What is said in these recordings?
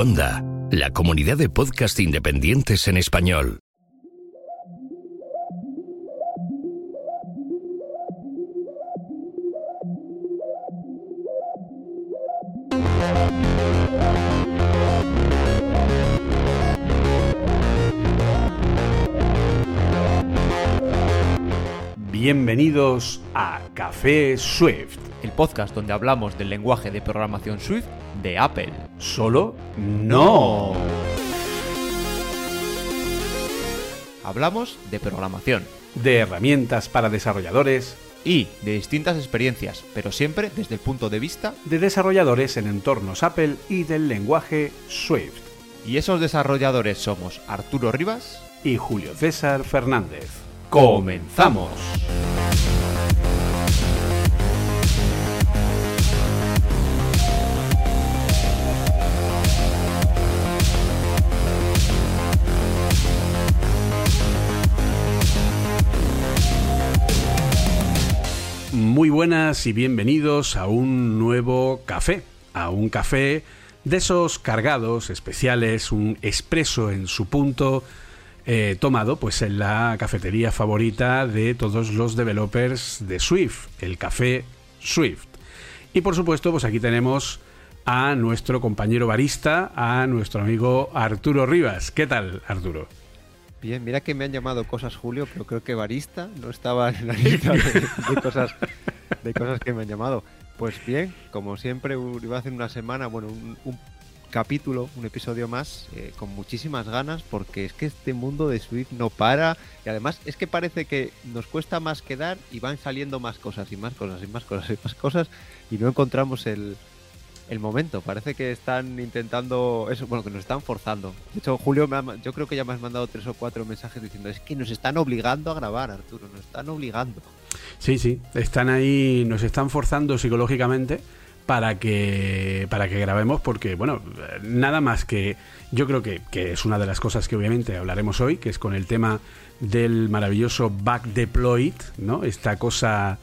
Podonda, la comunidad de podcast independientes en español. Bienvenidos a Café Swift, el podcast donde hablamos del lenguaje de programación Swift de Apple. Solo no. Hablamos de programación, De herramientas para desarrolladores, y de distintas experiencias, pero siempre desde el punto de vista de desarrolladores en entornos Apple y del lenguaje Swift. Y esos desarrolladores somos Arturo Rivas Y Julio César Fernández. ¡Comenzamos! Muy buenas y bienvenidos a un nuevo café, a un café de esos cargados, especiales, un expreso en su punto, tomado pues en la cafetería favorita de todos los developers de Swift, el Café Swift. Y por supuesto, pues aquí tenemos a nuestro compañero barista, a nuestro amigo Arturo Rivas. ¿Qué tal, Arturo? Bien, mira que me han llamado cosas, Julio, pero creo que barista no estaba en la lista de cosas que me han llamado. Pues bien, como siempre, iba a hacer una semana, bueno, un capítulo, un episodio más, con muchísimas ganas, porque es que este mundo de Swift no para, y además es que parece que nos cuesta más quedar y van saliendo más cosas y más cosas y más cosas y más cosas, y no encontramos el momento. Parece que están intentando eso, bueno, que nos están forzando. De hecho, Julio, yo creo que ya me has mandado 3 o 4 mensajes diciendo: es que nos están obligando a grabar, Arturo, nos están obligando. Sí, están ahí, nos están forzando psicológicamente para que grabemos, porque, bueno, nada más que yo creo que es una de las cosas que obviamente hablaremos hoy, que es con el tema del maravilloso Back Deployed, ¿no? Esta cosa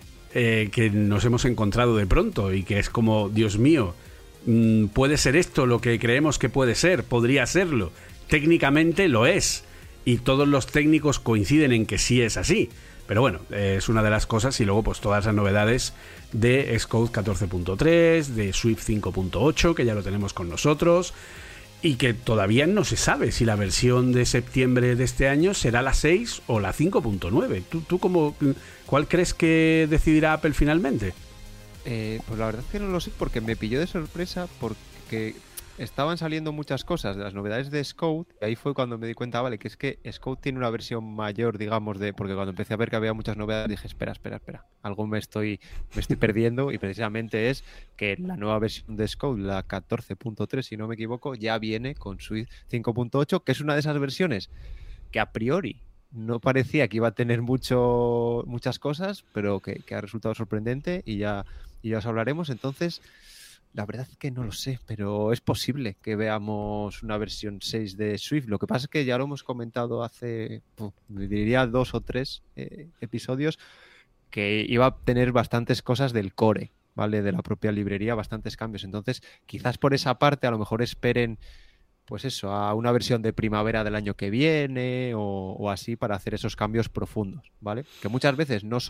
que nos hemos encontrado de pronto y que es como, Dios mío, puede ser esto lo que creemos que puede ser, podría serlo, técnicamente lo es, y todos los técnicos coinciden en que sí es así. Pero bueno, es una de las cosas, y luego pues todas las novedades de Xcode 14.3, de Swift 5.8, que ya lo tenemos con nosotros, y que todavía no se sabe si la versión de septiembre de este año será la 6 o la 5.9. ¿Tú cuál crees que decidirá Apple finalmente? Pues la verdad es que no lo sé, porque me pilló de sorpresa, porque estaban saliendo muchas cosas de las novedades de Xcode, y ahí fue cuando me di cuenta, vale, que es que Xcode tiene una versión mayor, digamos, porque cuando empecé a ver que había muchas novedades dije, espera, algo me estoy perdiendo, y precisamente es que la nueva versión de Xcode, la 14.3, si no me equivoco, ya viene con Swift 5.8, que es una de esas versiones que a priori no parecía que iba a tener muchas cosas, pero que ha resultado sorprendente, y ya os hablaremos. Entonces, la verdad es que no lo sé, pero es posible que veamos una versión 6 de Swift. Lo que pasa es que ya lo hemos comentado hace, diría 2 o 3 episodios, que iba a tener bastantes cosas del core, ¿vale? De la propia librería, bastantes cambios. Entonces, quizás por esa parte a lo mejor esperen, pues eso, a una versión de primavera del año que viene o así, para hacer esos cambios profundos, ¿vale? Que muchas veces no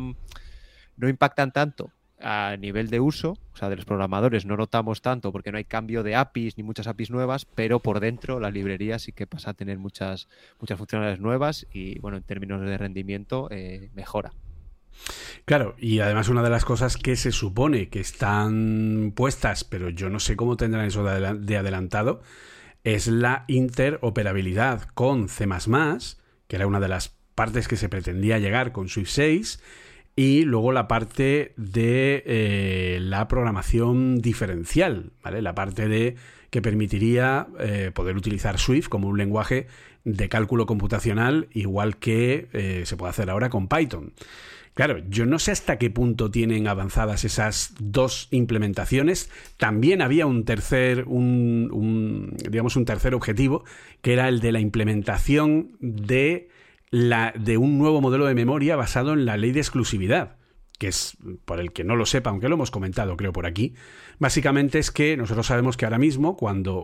impactan tanto a nivel de uso, o sea, de los programadores no notamos tanto porque no hay cambio de APIs ni muchas APIs nuevas, pero por dentro la librería sí que pasa a tener muchas funcionalidades nuevas y, bueno, en términos de rendimiento mejora. Claro, y además una de las cosas que se supone que están puestas, pero yo no sé cómo tendrán eso de adelantado, es la interoperabilidad con C++, que era una de las partes que se pretendía llegar con Swift 6, y luego la parte de la programación diferencial, ¿vale? La parte de que permitiría poder utilizar Swift como un lenguaje de cálculo computacional, igual que se puede hacer ahora con Python. Claro, yo no sé hasta qué punto tienen avanzadas esas dos implementaciones. También había un tercer objetivo, que era el de la implementación de un nuevo modelo de memoria basado en la ley de exclusividad. que es, por el que no lo sepa, aunque lo hemos comentado creo por aquí, básicamente es que nosotros sabemos que ahora mismo cuando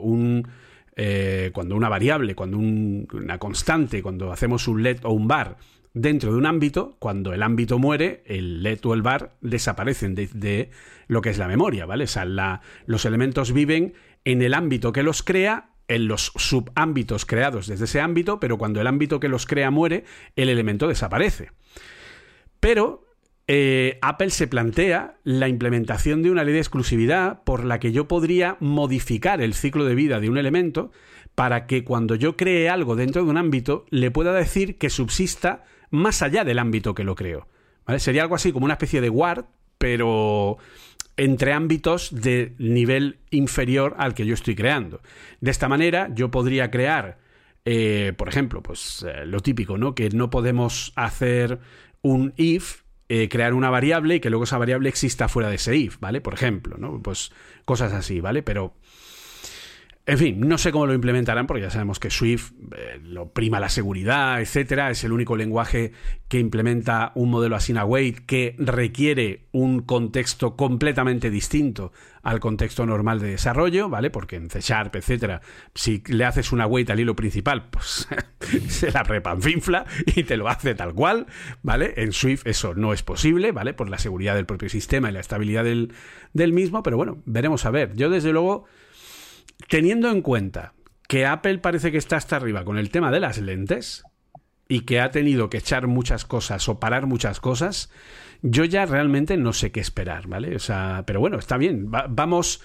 una variable, cuando una constante, cuando hacemos un let o un var dentro de un ámbito, cuando el ámbito muere, el let o el var desaparecen de lo que es la memoria, ¿vale? O sea, los elementos viven en el ámbito que los crea, en los subámbitos creados desde ese ámbito, pero cuando el ámbito que los crea muere, el elemento desaparece. Pero Apple se plantea la implementación de una ley de exclusividad por la que yo podría modificar el ciclo de vida de un elemento para que cuando yo cree algo dentro de un ámbito le pueda decir que subsista más allá del ámbito que lo creo, ¿vale? Sería algo así como una especie de guard, pero entre ámbitos de nivel inferior al que yo estoy creando. De esta manera yo podría crear, por ejemplo, pues lo típico, ¿no? Que no podemos hacer un if, crear una variable y que luego esa variable exista fuera de ese if, ¿vale? Por ejemplo, ¿no? Pues cosas así, ¿vale? Pero, en fin, no sé cómo lo implementarán porque ya sabemos que Swift lo prima la seguridad, etcétera. Es el único lenguaje que implementa un modelo async await que requiere un contexto completamente distinto al contexto normal de desarrollo, ¿vale? Porque en C#, etcétera, si le haces un await al hilo principal, pues se la repanfinfla y te lo hace tal cual, ¿vale? En Swift eso no es posible, ¿vale? Por la seguridad del propio sistema y la estabilidad del mismo, pero bueno, veremos a ver. Yo desde luego, teniendo en cuenta que Apple parece que está hasta arriba con el tema de las lentes y que ha tenido que echar muchas cosas o parar muchas cosas, yo ya realmente no sé qué esperar, ¿vale? O sea, pero bueno, está bien. Vamos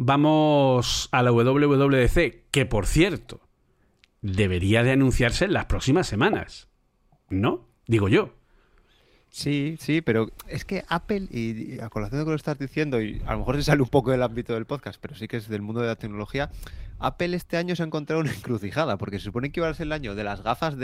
a la WWDC, que por cierto, debería de anunciarse en las próximas semanas, ¿no? Digo yo. Sí, pero es que Apple, y a colación de lo que lo estás diciendo, y a lo mejor se sale un poco del ámbito del podcast, pero sí que es del mundo de la tecnología, Apple este año se ha encontrado una encrucijada, porque se supone que iba a ser el año de las gafas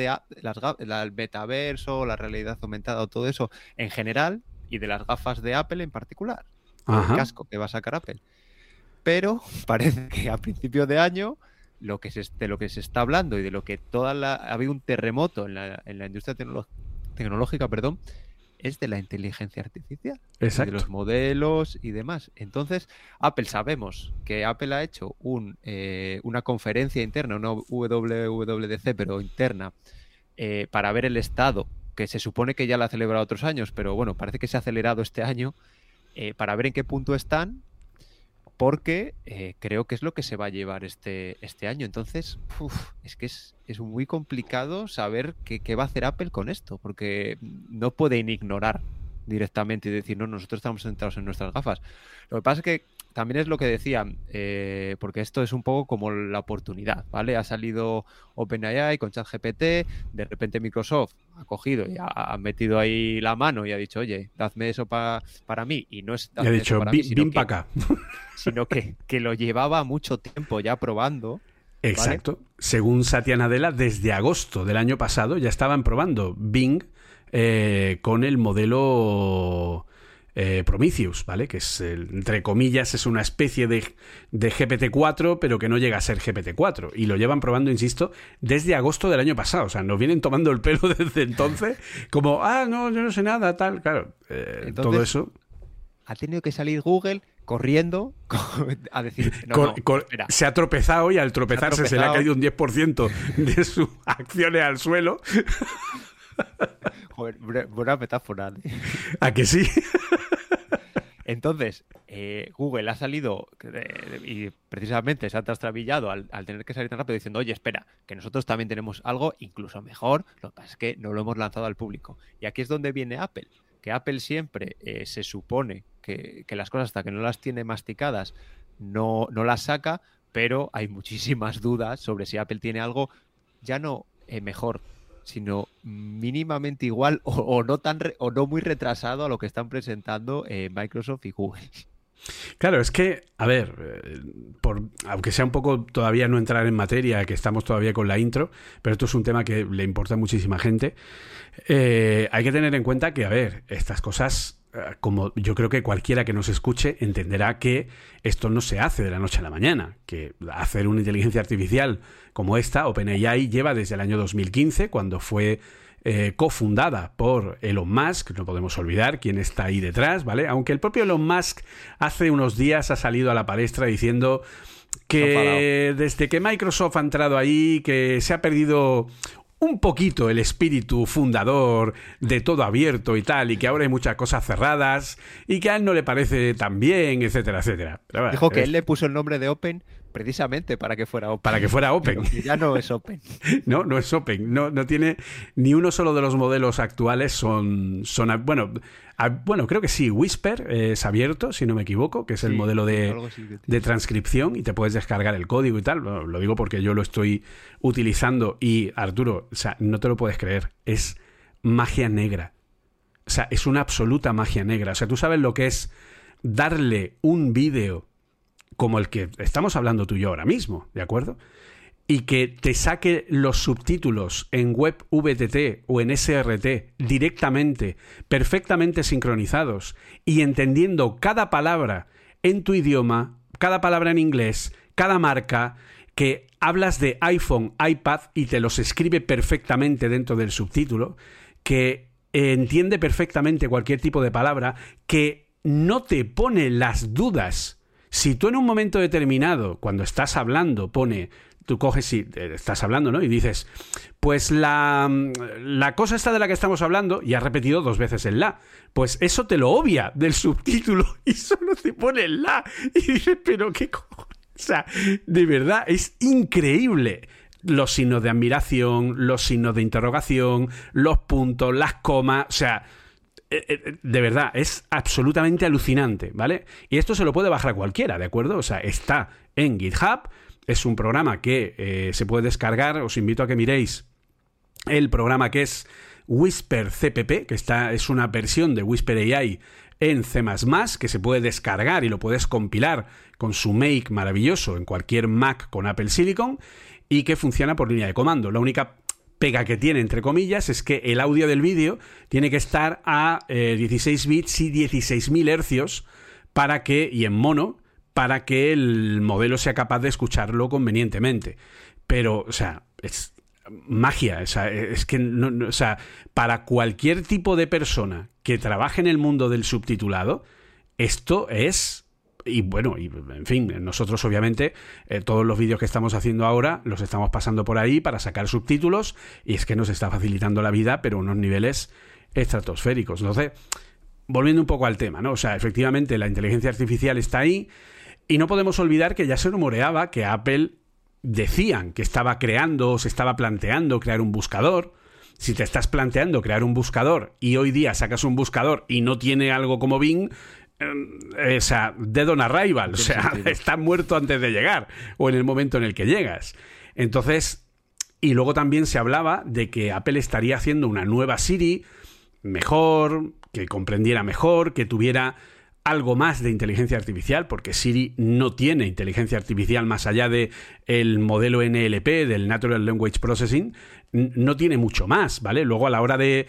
el metaverso, la realidad aumentada o todo eso en general, y de las gafas de Apple en particular, el casco que va a sacar Apple. Pero parece que a principio de año, de lo que se está hablando y de lo que ha habido un terremoto en la industria tecnológica, es de la inteligencia artificial. Exacto. De los modelos y demás. Entonces, sabemos que Apple ha hecho una conferencia interna, una WWDC, pero interna, para ver el estado, que se supone que ya la ha celebrado otros años, pero bueno, parece que se ha acelerado este año, para ver en qué punto están, porque creo que es lo que se va a llevar este año. Entonces, es que es muy complicado saber qué va a hacer Apple con esto, porque no pueden ignorar directamente y decir, no, nosotros estamos centrados en nuestras gafas. Lo que pasa es que también es lo que decían, porque esto es un poco como la oportunidad, ¿vale? Ha salido OpenAI con ChatGPT, de repente Microsoft ha cogido y ha metido ahí la mano y ha dicho, oye, dadme eso para mí, y no es dadme eso para mí, sino que lo llevaba mucho tiempo ya probando. Exacto. ¿Vale? Según Satya Nadella, desde agosto del año pasado ya estaban probando Bing con el modelo Prometheus, ¿vale? Que es, entre comillas, es una especie de GPT-4, pero que no llega a ser GPT-4. Y lo llevan probando, insisto, desde agosto del año pasado. O sea, nos vienen tomando el pelo desde entonces, como, no, yo no sé nada, tal. Claro, entonces, todo eso. Ha tenido que salir Google corriendo a decir, se ha tropezado y al tropezarse se le ha caído un 10% de sus acciones al suelo. Joder, buena metáfora, ¿eh? ¿A que sí? Entonces, Google ha salido y precisamente se ha trastabillado al tener que salir tan rápido diciendo, oye, espera, que nosotros también tenemos algo incluso mejor, lo que pasa es que no lo hemos lanzado al público. Y aquí es donde viene Apple, que Apple siempre se supone que las cosas hasta que no las tiene masticadas no las saca, pero hay muchísimas dudas sobre si Apple tiene algo ya no mejor, sino mínimamente igual o no muy retrasado a lo que están presentando Microsoft y Google. Claro, es que, a ver, aunque sea un poco todavía no entrar en materia, que estamos todavía con la intro, pero esto es un tema que le importa a muchísima gente, hay que tener en cuenta que, a ver, estas cosas, como yo creo que cualquiera que nos escuche entenderá que esto no se hace de la noche a la mañana, que hacer una inteligencia artificial como esta, OpenAI, lleva desde el año 2015, cuando fue cofundada por Elon Musk, no podemos olvidar quién está ahí detrás, ¿vale? Aunque el propio Elon Musk hace unos días ha salido a la palestra diciendo que desde que Microsoft ha entrado ahí, que se ha perdido un poquito el espíritu fundador de todo abierto y tal, y que ahora hay muchas cosas cerradas y que a él no le parece tan bien, etcétera, etcétera. Pero bueno, dijo que él le puso el nombre de Open precisamente para que fuera Open. Para que fuera Open. Pero ya no es Open. No es Open. No tiene ni uno solo de los modelos actuales son bueno, creo que sí. Whisper es abierto, si no me equivoco, que es el modelo de transcripción y te puedes descargar el código y tal. Bueno, lo digo porque yo lo estoy utilizando y, Arturo, o sea, no te lo puedes creer. Es magia negra. O sea, es una absoluta magia negra. O sea, tú sabes lo que es darle un vídeo como el que estamos hablando tú y yo ahora mismo, ¿de acuerdo? Y que te saque los subtítulos en WebVTT o en SRT directamente, perfectamente sincronizados y entendiendo cada palabra en tu idioma, cada palabra en inglés, cada marca, que hablas de iPhone, iPad y te los escribe perfectamente dentro del subtítulo, que entiende perfectamente cualquier tipo de palabra, que no te pone las dudas. Si tú en un momento determinado, cuando estás hablando, tú coges y estás hablando, ¿no? Y dices, pues la cosa esta de la que estamos hablando, y has repetido 2 veces el la, pues eso te lo obvia del subtítulo y solo te pone el la. Y dices, pero qué cojones. O sea, de verdad, es increíble. Los signos de admiración, los signos de interrogación, los puntos, las comas, o sea, de verdad, es absolutamente alucinante, ¿vale? Y esto se lo puede bajar a cualquiera, ¿de acuerdo? O sea, está en GitHub, es un programa que se puede descargar, os invito a que miréis el programa que es Whisper CPP, que es una versión de Whisper AI en C++, que se puede descargar y lo puedes compilar con su make maravilloso en cualquier Mac con Apple Silicon y que funciona por línea de comando. La única pega que tiene, entre comillas, es que el audio del vídeo tiene que estar a 16 bits y 16.000 hercios y en mono, para que el modelo sea capaz de escucharlo convenientemente. Pero, o sea, es magia. O sea, es que, o sea, para cualquier tipo de persona que trabaje en el mundo del subtitulado, esto es... Y bueno, y en fin, nosotros obviamente todos los vídeos que estamos haciendo ahora los estamos pasando por ahí para sacar subtítulos y es que nos está facilitando la vida, pero a unos niveles estratosféricos. Entonces, volviendo un poco al tema, ¿no? O sea, efectivamente la inteligencia artificial está ahí y no podemos olvidar que ya se rumoreaba que Apple decían que estaba creando o se estaba planteando crear un buscador. Si te estás planteando crear un buscador y hoy día sacas un buscador y no tiene algo como Bing... o sea, dead on arrival, o sea, está muerto antes de llegar o en el momento en el que llegas. Entonces, y luego también se hablaba de que Apple estaría haciendo una nueva Siri mejor, que comprendiera mejor, que tuviera algo más de inteligencia artificial, porque Siri no tiene inteligencia artificial más allá de el modelo NLP, del Natural Language Processing, no tiene mucho más, ¿vale? Luego a la hora de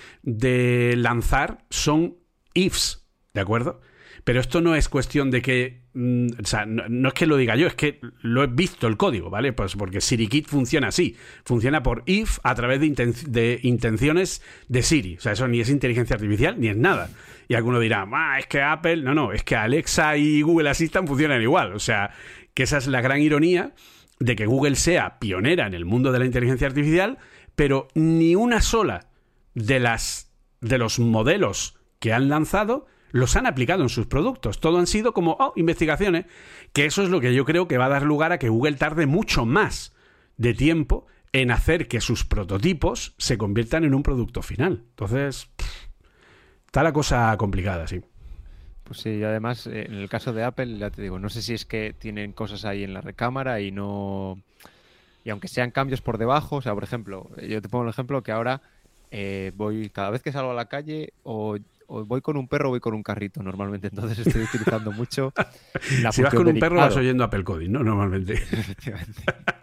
lanzar son ifs, ¿de acuerdo? Pero esto no es cuestión de que... o sea, no es que lo diga yo, es que lo he visto el código, ¿vale? Pues porque SiriKit funciona así. Funciona por if a través de intenciones de Siri. O sea, eso ni es inteligencia artificial ni es nada. Y alguno dirá, es que Apple... No, es que Alexa y Google Assistant funcionan igual. O sea, que esa es la gran ironía de que Google sea pionera en el mundo de la inteligencia artificial, pero ni una sola de los modelos que han lanzado los han aplicado en sus productos. Todo han sido como, investigaciones, que eso es lo que yo creo que va a dar lugar a que Google tarde mucho más de tiempo en hacer que sus prototipos se conviertan en un producto final. Entonces, está la cosa complicada, sí. Pues sí, y además, en el caso de Apple, ya te digo, no sé si es que tienen cosas ahí en la recámara y no... Y aunque sean cambios por debajo, o sea, por ejemplo, yo te pongo el ejemplo que ahora voy, cada vez que salgo a la calle, o voy con un perro o voy con un carrito normalmente, entonces estoy utilizando mucho la si vas con un perro dictado. vas oyendo Apple Coding, ¿no? Normalmente. Efectivamente.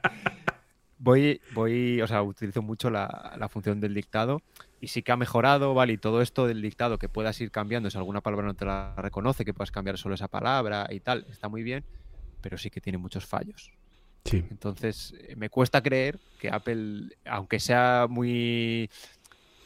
O sea, utilizo mucho la función del dictado y sí que ha mejorado, ¿vale? Y todo esto del dictado que puedas ir cambiando, si alguna palabra no te la reconoce, que puedas cambiar solo esa palabra y tal, está muy bien, pero sí que tiene muchos fallos. Sí. Entonces, me cuesta creer que Apple, aunque sea muy...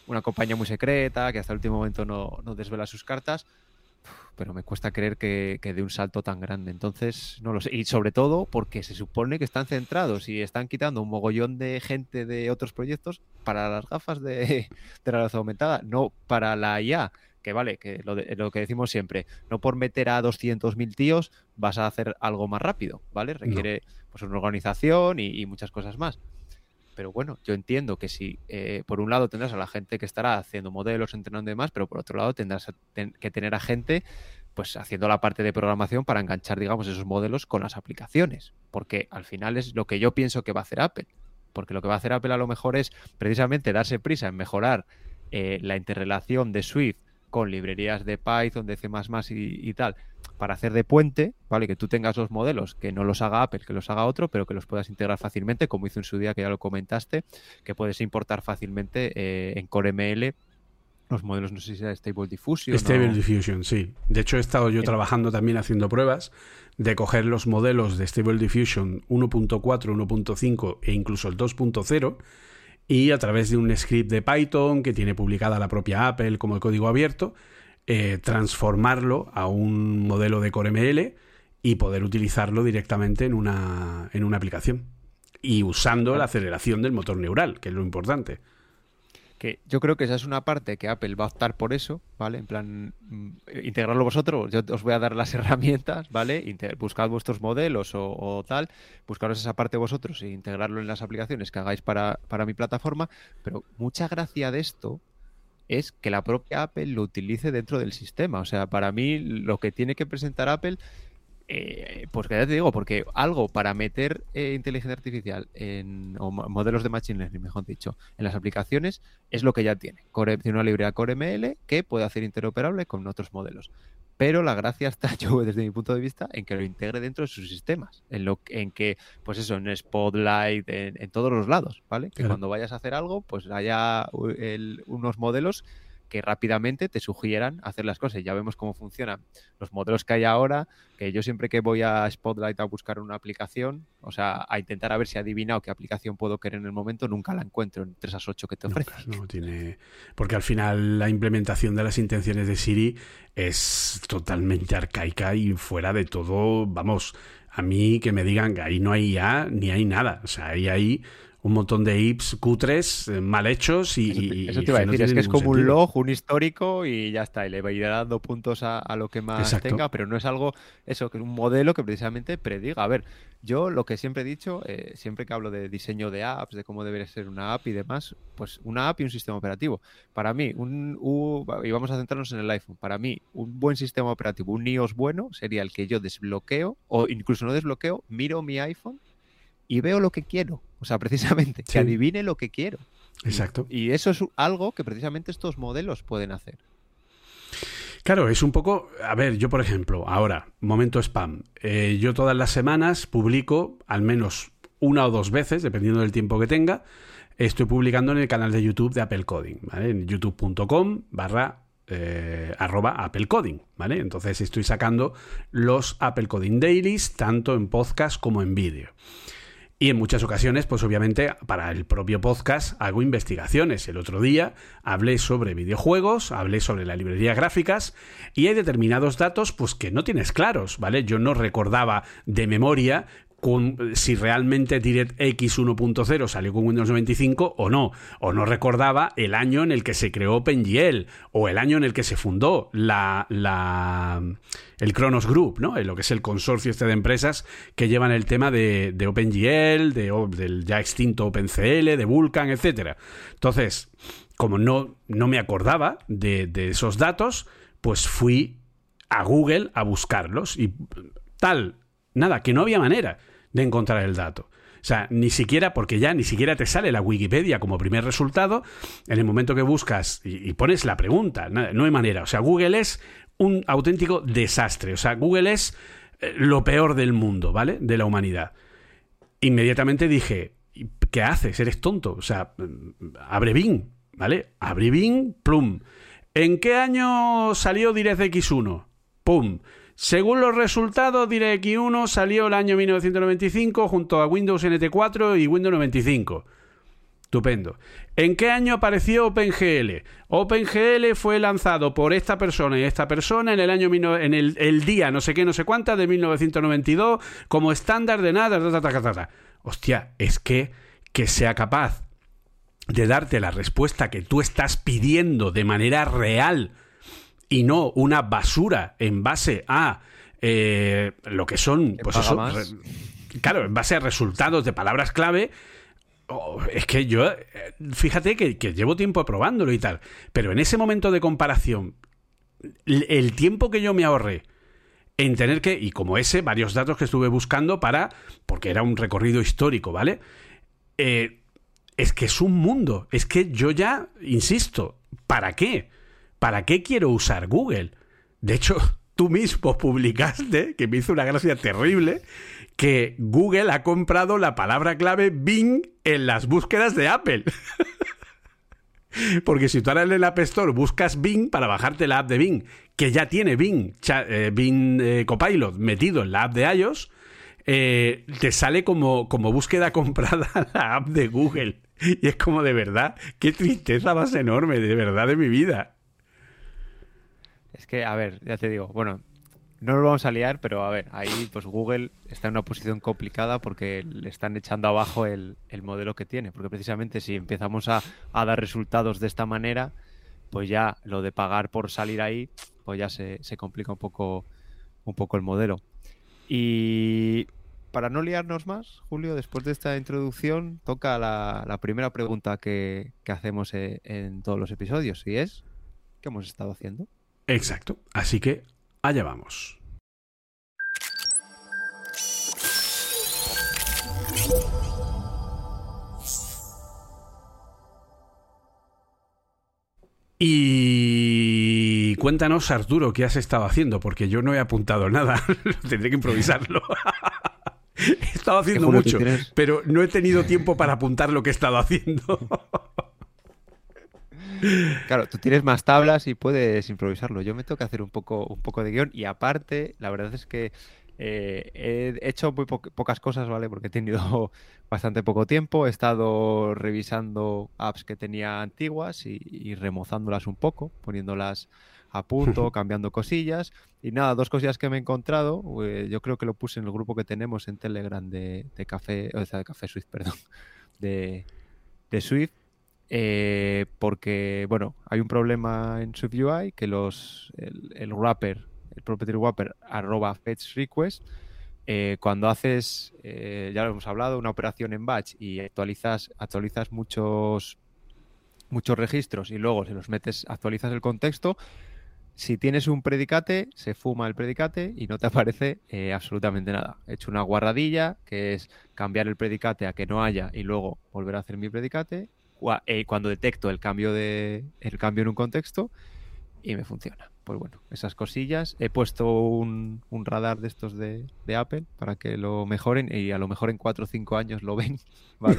una compañía muy secreta, que hasta el último momento no desvela sus cartas, pero me cuesta creer que dé un salto tan grande. Entonces, no lo sé. Y sobre todo porque se supone que están centrados y están quitando un mogollón de gente de otros proyectos para las gafas de realidad aumentada, no para la IA. Que vale, que lo que decimos siempre, no por meter a 200.000 tíos vas a hacer algo más rápido, ¿vale? Requiere pues una organización y muchas cosas más. Pero bueno, yo entiendo que si por un lado tendrás a la gente que estará haciendo modelos, entrenando y demás, pero por otro lado tendrás que tener a gente pues haciendo la parte de programación para enganchar, digamos, esos modelos con las aplicaciones. Porque al final es lo que yo pienso que va a hacer Apple. Porque lo que va a hacer Apple a lo mejor es precisamente darse prisa en mejorar la interrelación de Swift con librerías de Python, de C++ y tal, para hacer de puente, ¿vale? Que tú tengas los modelos, que no los haga Apple, que los haga otro, pero que los puedas integrar fácilmente, como hizo en su día, que ya lo comentaste, que puedes importar fácilmente en CoreML los modelos, no sé si era Stable Diffusion. Stable Diffusion, sí. De hecho, he estado yo trabajando también haciendo pruebas de coger los modelos de Stable Diffusion 1.4, 1.5 e incluso el 2.0 y a través de un script de Python que tiene publicada la propia Apple como de código abierto, transformarlo a un modelo de CoreML y poder utilizarlo directamente en una aplicación. Y usando la aceleración del motor neural, que es lo importante. Que yo creo que esa es una parte que Apple va a optar por eso, ¿vale? En plan, integrarlo vosotros, yo os voy a dar las herramientas, ¿vale? Buscad vuestros modelos o tal, buscaros esa parte vosotros e integrarlo en las aplicaciones que hagáis para mi plataforma, pero mucha gracia de esto es que la propia Apple lo utilice dentro del sistema. O sea, para mí lo que tiene que presentar Apple... pues que ya te digo, porque algo para meter inteligencia artificial o modelos de Machine Learning, mejor dicho, en las aplicaciones, es lo que ya tiene. Tiene una librería CoreML que puede hacer interoperable con otros modelos. Pero la gracia está, yo desde mi punto de vista, en que lo integre dentro de sus sistemas. En que, pues eso, en Spotlight, en todos los lados, ¿vale? Que claro, cuando vayas a hacer algo, pues haya unos modelos que rápidamente te sugieran hacer las cosas. Ya vemos cómo funcionan los modelos que hay ahora, que yo siempre que voy a Spotlight a buscar una aplicación, o sea, a intentar a ver si he adivinado qué aplicación puedo querer en el momento, nunca la encuentro entre esas 8 que te ofrecen. No tiene... Porque al final la implementación de las intenciones de Siri es totalmente arcaica y fuera de todo, vamos, a mí que me digan que ahí no hay IA ni hay nada. O sea, ahí hay un montón de IPs cutres, mal hechos y... Eso te iba a decir, es que es como un log, un histórico y ya está, y le va a ir dando puntos a lo que más tenga, pero no es algo, eso, que es un modelo que precisamente prediga. A ver, yo lo que siempre he dicho, siempre que hablo de diseño de apps, de cómo debería ser una app y demás, pues una app y un sistema operativo. Para mí, y vamos a centrarnos en el iPhone, para mí, un buen sistema operativo, un iOS bueno, sería el que yo desbloqueo, o incluso no desbloqueo, miro mi iPhone y veo lo que quiero. O sea, precisamente, que adivine lo que quiero. Exacto. Y eso es algo que precisamente estos modelos pueden hacer. Claro, es un poco... A ver, yo por ejemplo, ahora, momento spam. Yo todas las semanas publico, al menos 1 o 2 veces, dependiendo del tiempo que tenga, estoy publicando en el canal de YouTube de Apple Coding, ¿vale? En youtube.com/@Apple Coding, ¿vale? Entonces estoy sacando los Apple Coding Dailies, tanto en podcast como en vídeo. Y en muchas ocasiones, pues obviamente, para el propio podcast hago investigaciones. El otro día hablé sobre videojuegos, hablé sobre las librerías gráficas y hay determinados datos pues que no tienes claros, ¿vale? Yo no recordaba de memoria si realmente DirectX 1.0 salió con Windows 95 o no recordaba el año en el que se creó OpenGL o el año en el que se fundó el Kronos Group, ¿no? Lo que es el consorcio de empresas que llevan el tema de OpenGL, del ya extinto OpenCL, de Vulkan, etcétera. Entonces, como no me acordaba de esos datos, pues fui a Google a buscarlos y nada, que no había manera de encontrar el dato. O sea, ni siquiera te sale la Wikipedia como primer resultado. En el momento que buscas y pones la pregunta, no hay manera. O sea, Google es un auténtico desastre. O sea, Google es lo peor del mundo, ¿vale? De la humanidad. Inmediatamente dije, ¿qué haces? Eres tonto. O sea, abre Bing, ¿vale? Abre Bing, plum. ¿En qué año salió DirectX 1? Pum. Según los resultados, DirectX 1 salió el año 1995 junto a Windows NT 4 y Windows 95. Estupendo. ¿En qué año apareció OpenGL? OpenGL fue lanzado por esta persona y esta persona en el año el día no sé qué, no sé cuánta de 1992 como estándar de nada. Hostia, es que sea capaz de darte la respuesta que tú estás pidiendo de manera real y no una basura en base a lo que son, pues eso, claro, en base a resultados de palabras clave. Es que yo, fíjate que llevo tiempo probándolo y tal, pero en ese momento de comparación, el tiempo que yo me ahorré en tener que, y como varios datos que estuve buscando porque era un recorrido histórico, ¿vale? Es que es un mundo, es que yo ya, insisto, ¿para qué? ¿Para qué quiero usar Google? De hecho, tú mismo publicaste, que me hizo una gracia terrible, que Google ha comprado la palabra clave Bing en las búsquedas de Apple. Porque si tú ahora en el App Store buscas Bing para bajarte la app de Bing, que ya tiene Bing Copilot metido en la app de iOS, te sale como búsqueda comprada la app de Google. Y es como, de verdad, qué tristeza más enorme, de verdad, de mi vida. Es que, a ver, ya te digo, bueno, no nos vamos a liar, pero a ver, ahí pues Google está en una posición complicada porque le están echando abajo el modelo que tiene. Porque precisamente si empezamos a dar resultados de esta manera, pues ya lo de pagar por salir ahí, pues ya se complica un poco el modelo. Y para no liarnos más, Julio, después de esta introducción, toca la primera pregunta que hacemos en todos los episodios, y es, ¿qué hemos estado haciendo? Exacto, así que allá vamos. Y cuéntanos, Arturo, ¿qué has estado haciendo? Porque yo no he apuntado nada, tendré que improvisarlo. He estado haciendo Julio, mucho, pero no he tenido tiempo para apuntar lo que he estado haciendo. Claro, tú tienes más tablas y puedes improvisarlo. Yo me tengo que hacer un poco de guión y aparte, la verdad es que he hecho muy pocas cosas, ¿vale? Porque he tenido bastante poco tiempo. He estado revisando apps que tenía antiguas y remozándolas un poco, poniéndolas a punto, cambiando cosillas. Y nada, dos cosillas que me he encontrado. Yo creo que lo puse en el grupo que tenemos en Telegram de Café, o sea, de Café Swift, perdón, de Swift. Porque, bueno, hay un problema en SwiftUI que el wrapper, el property wrapper @fetchRequest, cuando haces, ya lo hemos hablado, una operación en batch y actualizas muchos registros y luego se los metes, actualizas el contexto. Si tienes un predicate, se fuma el predicate y no te aparece absolutamente nada. He hecho una guarradilla, que es cambiar el predicate a que no haya y luego volver a hacer mi predicate. Cuando detecto el cambio en un contexto y me funciona. Pues bueno, esas cosillas. He puesto un radar de estos de Apple para que lo mejoren y a lo mejor en 4 o 5 años lo ven, ¿vale?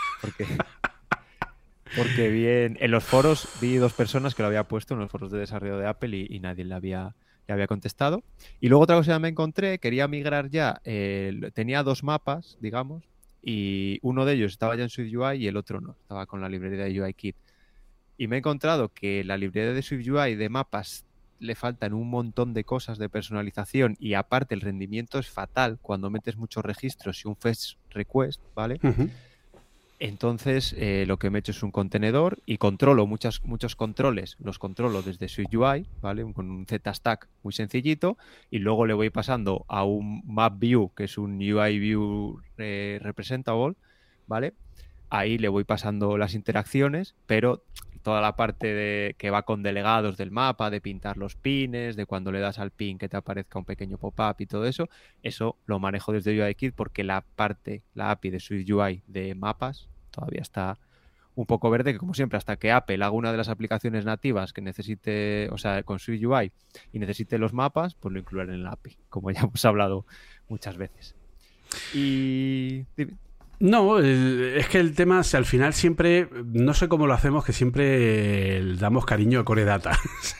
Porque bien, en los foros vi 2 personas que lo había puesto en los foros de desarrollo de Apple y nadie le había contestado. Y luego otra cosa que me encontré, quería migrar ya, tenía 2 mapas, digamos, y uno de ellos estaba ya en SwiftUI y el otro no, estaba con la librería de UIKit. Y me he encontrado que la librería de SwiftUI de mapas le faltan un montón de cosas de personalización y aparte el rendimiento es fatal cuando metes muchos registros y un fetch request, ¿vale? Uh-huh. Entonces lo que me he hecho es un contenedor y controlo muchos controles, los controlo desde SwiftUI, ¿vale? Con un Z-Stack muy sencillito y luego le voy pasando a un Map View, que es un UI View Representable, ¿vale? Ahí le voy pasando las interacciones, pero toda la parte que va con delegados del mapa, de pintar los pines, de cuando le das al pin que te aparezca un pequeño pop-up y todo eso, eso lo manejo desde UIKit porque la API de SwiftUI de mapas todavía está un poco verde, que como siempre, hasta que Apple haga una de las aplicaciones nativas que necesite, o sea, con SwiftUI y necesite los mapas, pues lo incluiré en la API, como ya hemos hablado muchas veces. Y... No, es que el tema, al final siempre, no sé cómo lo hacemos, que siempre damos cariño a Core Data.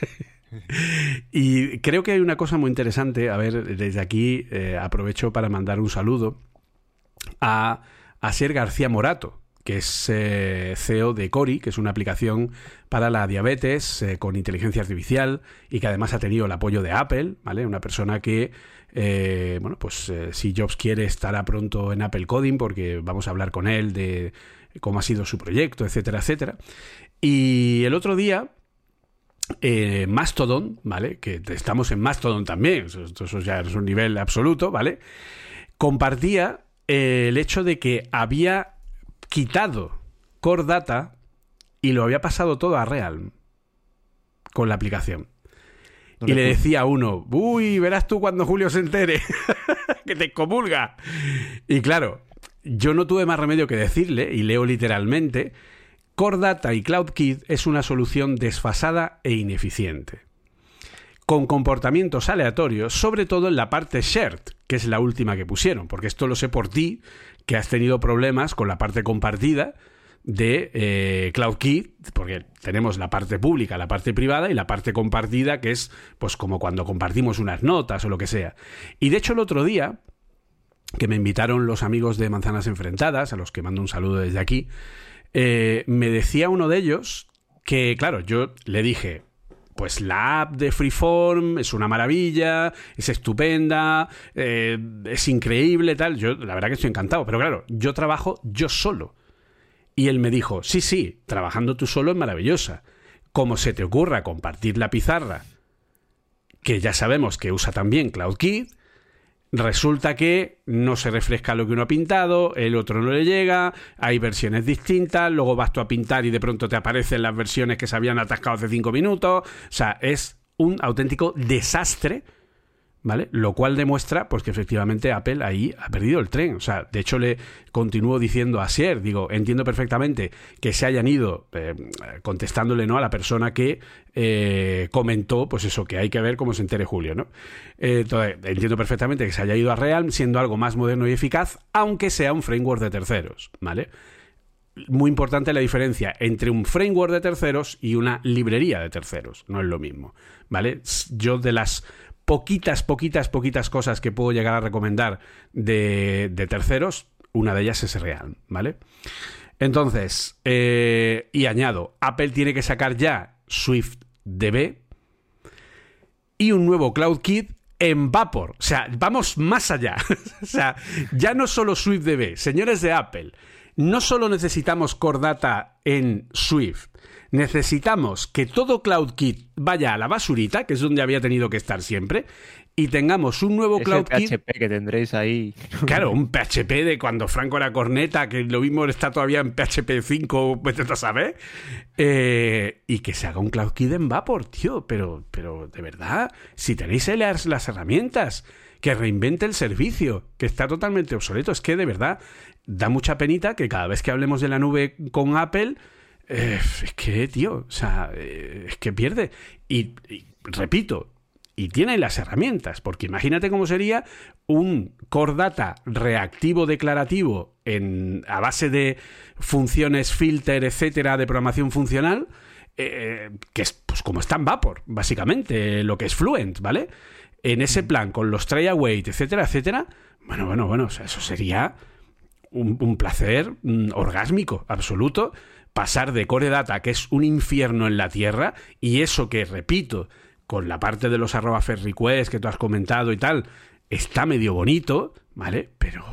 Y creo que hay una cosa muy interesante, a ver, desde aquí aprovecho para mandar un saludo a Asier García Morato, que es CEO de Cori, que es una aplicación para la diabetes con inteligencia artificial y que además ha tenido el apoyo de Apple, ¿vale? Una persona que, si Jobs quiere, estará pronto en Apple Coding, porque vamos a hablar con él de cómo ha sido su proyecto, etcétera, etcétera. Y el otro día, Mastodon, ¿vale? Que estamos en Mastodon también, eso ya es un nivel absoluto, ¿vale? Compartía el hecho de que había quitado Core Data y lo había pasado todo a Realm con la aplicación. Y le decía a uno, uy, verás tú cuando Julio se entere, que te excomulga. Y claro, yo no tuve más remedio que decirle, y leo literalmente, Core Data y CloudKit es una solución desfasada e ineficiente, con comportamientos aleatorios, sobre todo en la parte shared, que es la última que pusieron, porque esto lo sé por ti, que has tenido problemas con la parte compartida de CloudKit, porque tenemos la parte pública, la parte privada y la parte compartida, que es pues como cuando compartimos unas notas o lo que sea. Y de hecho el otro día, que me invitaron los amigos de Manzanas Enfrentadas, a los que mando un saludo desde aquí, me decía uno de ellos que, claro, yo le dije, pues la app de Freeform es una maravilla, es estupenda, es increíble, tal. Yo la verdad que estoy encantado, pero claro, yo trabajo yo solo. Y él me dijo, sí, trabajando tú solo es maravillosa. Como se te ocurra compartir la pizarra, que ya sabemos que usa también CloudKit, resulta que no se refresca lo que uno ha pintado, el otro no le llega, hay versiones distintas, luego vas tú a pintar y de pronto te aparecen las versiones que se habían atascado hace 5 minutos. O sea, es un auténtico desastre, ¿vale? Lo cual demuestra pues que efectivamente Apple ahí ha perdido el tren. O sea, de hecho le continúo diciendo a Sier, digo, entiendo perfectamente que se hayan ido contestándole no a la persona que comentó, pues eso, que hay que ver cómo se entere Julio, ¿no? Entonces, entiendo perfectamente que se haya ido a Realm siendo algo más moderno y eficaz, aunque sea un framework de terceros, ¿vale? Muy importante la diferencia entre un framework de terceros y una librería de terceros. No es lo mismo, ¿vale? Yo de las poquitas cosas que puedo llegar a recomendar de terceros, una de ellas es Realm, ¿vale? Entonces, y añado, Apple tiene que sacar ya SwiftDB y un nuevo CloudKit en Vapor. O sea, vamos más allá. O sea, ya no solo SwiftDB, señores de Apple, no solo necesitamos Core Data en Swift, necesitamos que todo CloudKit vaya a la basurita, que es donde había tenido que estar siempre, y tengamos un nuevo CloudKit. PHP que tendréis ahí. Claro, un PHP de cuando Franco era corneta, que lo mismo está todavía en PHP 5, vete a saber. Y que se haga un CloudKit en Vapor, tío. Pero de verdad, si tenéis las herramientas, que reinvente el servicio, que está totalmente obsoleto. Es que de verdad da mucha penita que cada vez que hablemos de la nube con Apple, es que, tío, o sea, es que pierde. Y repito, y tiene las herramientas, porque imagínate cómo sería un Core Data reactivo declarativo a base de funciones filter, etcétera, de programación funcional, que es pues como está en Vapor, básicamente, lo que es Fluent, ¿vale? En ese plan, con los try await, etcétera, etcétera, bueno, o sea, eso sería un placer orgásmico absoluto, pasar de Core Data, que es un infierno en la tierra, y eso que, repito, con la parte de los @FetRequest que tú has comentado y tal, está medio bonito, ¿vale? Pero...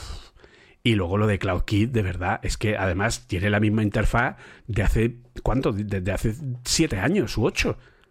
Y luego lo de CloudKit, de verdad, es que además tiene la misma interfaz de hace... ¿Cuánto? Desde hace 7 años u 8.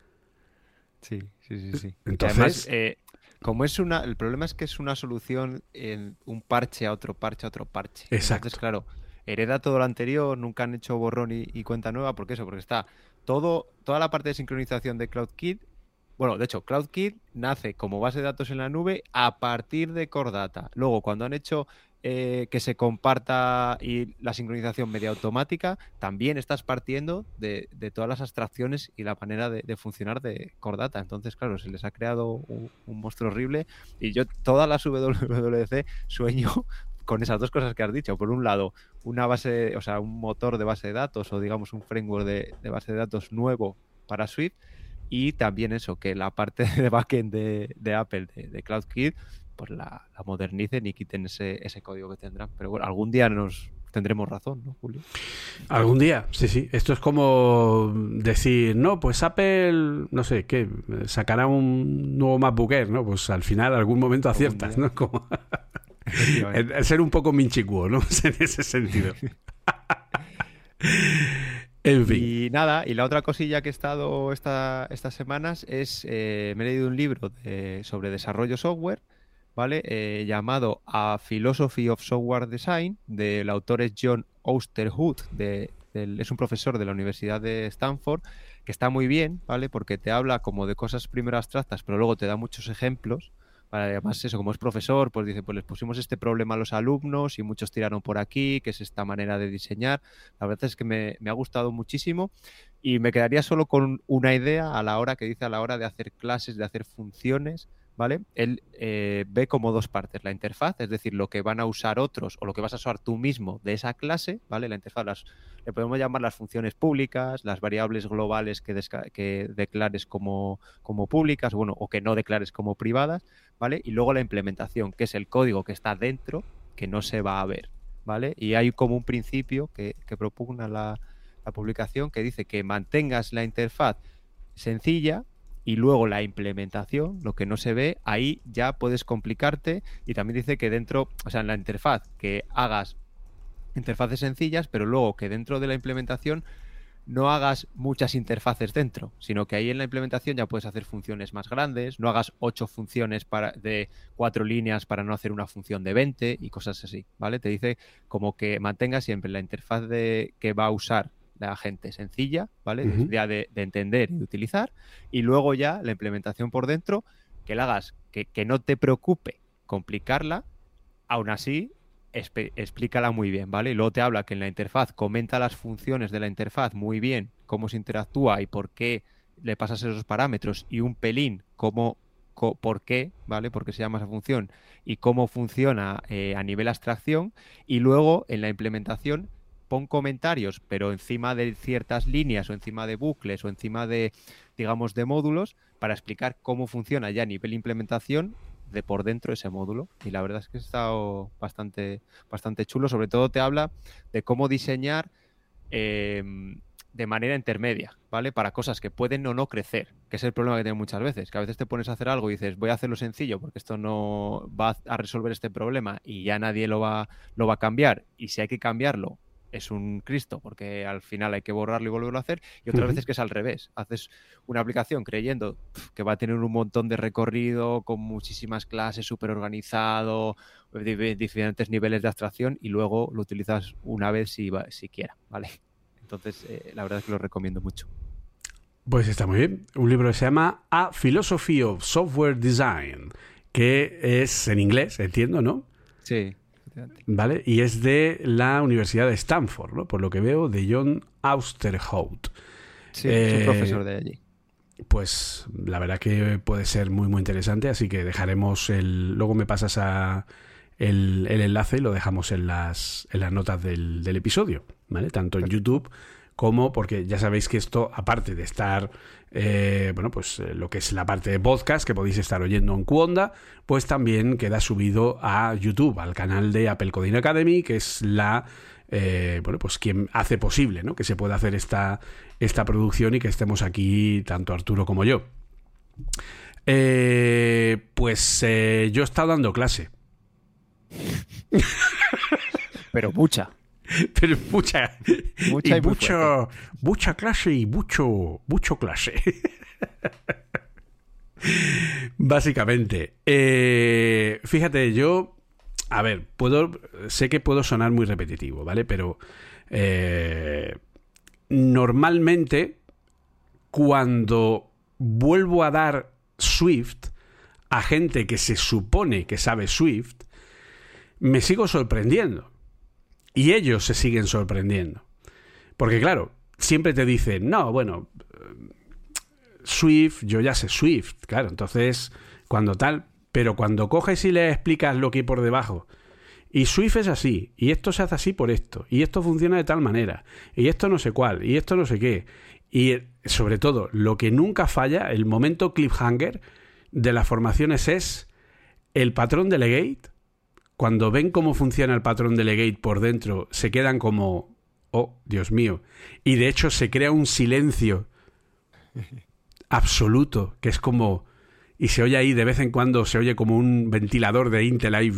Sí. Entonces... Además, como es el problema es que es una solución en un parche a otro parche a otro parche. Exacto. Entonces, claro, hereda todo lo anterior, nunca han hecho borrón y cuenta nueva, porque está toda la parte de sincronización de CloudKit. Bueno, de hecho, CloudKit nace como base de datos en la nube a partir de Core Data. Luego, cuando han hecho que se comparta y la sincronización media automática, también estás partiendo de todas las abstracciones y la manera de funcionar de Core Data. Entonces, claro, se les ha creado un monstruo horrible, y yo todas las WWDC sueño con esas dos cosas que has dicho. Por un lado, una base, o sea, un motor de base de datos, o digamos un framework de base de datos nuevo para Swift, y también eso, que la parte de backend de Apple, de CloudKit, pues la modernicen y quiten ese código que tendrán. Pero bueno, algún día tendremos razón, ¿no, Julio? Algún día, sí. Esto es como decir, no, pues Apple, no sé, ¿qué? Sacará un nuevo MacBook Air, ¿no? Pues al final, algún momento aciertas, ¿no? Como... el ser un poco minchicuo, ¿no? En ese sentido. En fin. Y nada, y la otra cosilla que he estado estas semanas es, me he leído un libro sobre desarrollo software, ¿vale? Llamado A Philosophy of Software Design, del autor es John Ousterhout, es un profesor de la Universidad de Stanford, que está muy bien, ¿vale? Porque te habla como de cosas primero abstractas, pero luego te da muchos ejemplos. Vale, además, eso, como es profesor, pues dice, pues les pusimos este problema a los alumnos y muchos tiraron por aquí, que es esta manera de diseñar. La verdad es que me ha gustado muchísimo y me quedaría solo con una idea a la hora de hacer clases, de hacer funciones, ¿vale? Él ve como dos partes, la interfaz, es decir, lo que van a usar otros o lo que vas a usar tú mismo de esa clase, ¿vale? La interfaz le podemos llamar las funciones públicas, las variables globales que declares como públicas, bueno, o que no declares como privadas, ¿vale? Y luego la implementación, que es el código que está dentro, que no se va a ver, ¿vale? Y hay como un principio que propugna la publicación que dice que mantengas la interfaz sencilla y luego la implementación, lo que no se ve, ahí ya puedes complicarte. Y también dice que dentro, o sea, en la interfaz, que hagas interfaces sencillas, pero luego que dentro de la implementación no hagas muchas interfaces dentro, sino que ahí en la implementación ya puedes hacer funciones más grandes, no hagas 8 funciones de 4 líneas para no hacer una función de 20 y cosas así, ¿vale? Te dice como que mantengas siempre la interfaz que va a usar la gente sencilla, ¿vale? Uh-huh. Ya de entender y de utilizar, y luego ya la implementación por dentro, que la hagas, que no te preocupe complicarla, aún así explícala muy bien, ¿vale? Y luego te habla que en la interfaz comenta las funciones de la interfaz muy bien, cómo se interactúa y por qué le pasas esos parámetros y un pelín por qué, ¿vale? Por qué se llama esa función y cómo funciona a nivel abstracción, y luego en la implementación pon comentarios, pero encima de ciertas líneas o encima de bucles o encima de, digamos, de módulos para explicar cómo funciona ya a nivel implementación de por dentro ese módulo. Y la verdad es que ha estado bastante chulo. Sobre todo te habla de cómo diseñar de manera intermedia, ¿vale? Para cosas que pueden o no crecer, que es el problema que tengo muchas veces, que a veces te pones a hacer algo y dices, voy a hacerlo sencillo porque esto no va a resolver este problema y ya nadie lo va a cambiar, y si hay que cambiarlo es un Cristo, porque al final hay que borrarlo y volverlo a hacer, y otras veces que es al revés. Haces una aplicación creyendo que va a tener un montón de recorrido, con muchísimas clases, súper organizado, diferentes niveles de abstracción, y luego lo utilizas una vez siquiera, ¿vale? Entonces, la verdad es que lo recomiendo mucho. Pues está muy bien. Un libro que se llama A Philosophy of Software Design, que es en inglés, entiendo, ¿no? Sí. ¿Vale? Y es de la Universidad de Stanford, ¿no? Por lo que veo, de John Ousterhout. Sí, es un profesor de allí. Pues la verdad que puede ser muy, muy interesante, así que dejaremos luego me pasas el enlace y lo dejamos en las notas del episodio, ¿vale? Tanto en YouTube como, porque ya sabéis que esto, aparte de estar, lo que es la parte de podcast que podéis estar oyendo en Cuonda, pues también queda subido a YouTube, al canal de Apple Coding Academy, que es quien hace posible, ¿no?, que se pueda hacer esta producción y que estemos aquí tanto Arturo como yo. Yo he estado dando clase. Pero mucha. Pero mucha y mucha clase y mucho clase. Básicamente. Fíjate, yo, a ver, sé que puedo sonar muy repetitivo, ¿vale? Pero normalmente cuando vuelvo a dar Swift a gente que se supone que sabe Swift, me sigo sorprendiendo. Y ellos se siguen sorprendiendo. Porque claro, siempre te dicen, no, bueno, Swift, yo ya sé Swift, claro, entonces, pero cuando coges y le explicas lo que hay por debajo, y Swift es así, y esto se hace así por esto, y esto funciona de tal manera, y esto no sé cuál, y esto no sé qué, y sobre todo, lo que nunca falla, el momento cliffhanger de las formaciones es el patrón delegate cuando ven cómo funciona el patrón delegate por dentro, se quedan como, oh, Dios mío. Y de hecho se crea un silencio absoluto, que es como... Y se oye ahí, de vez en cuando, se oye como un ventilador de Intel ahí...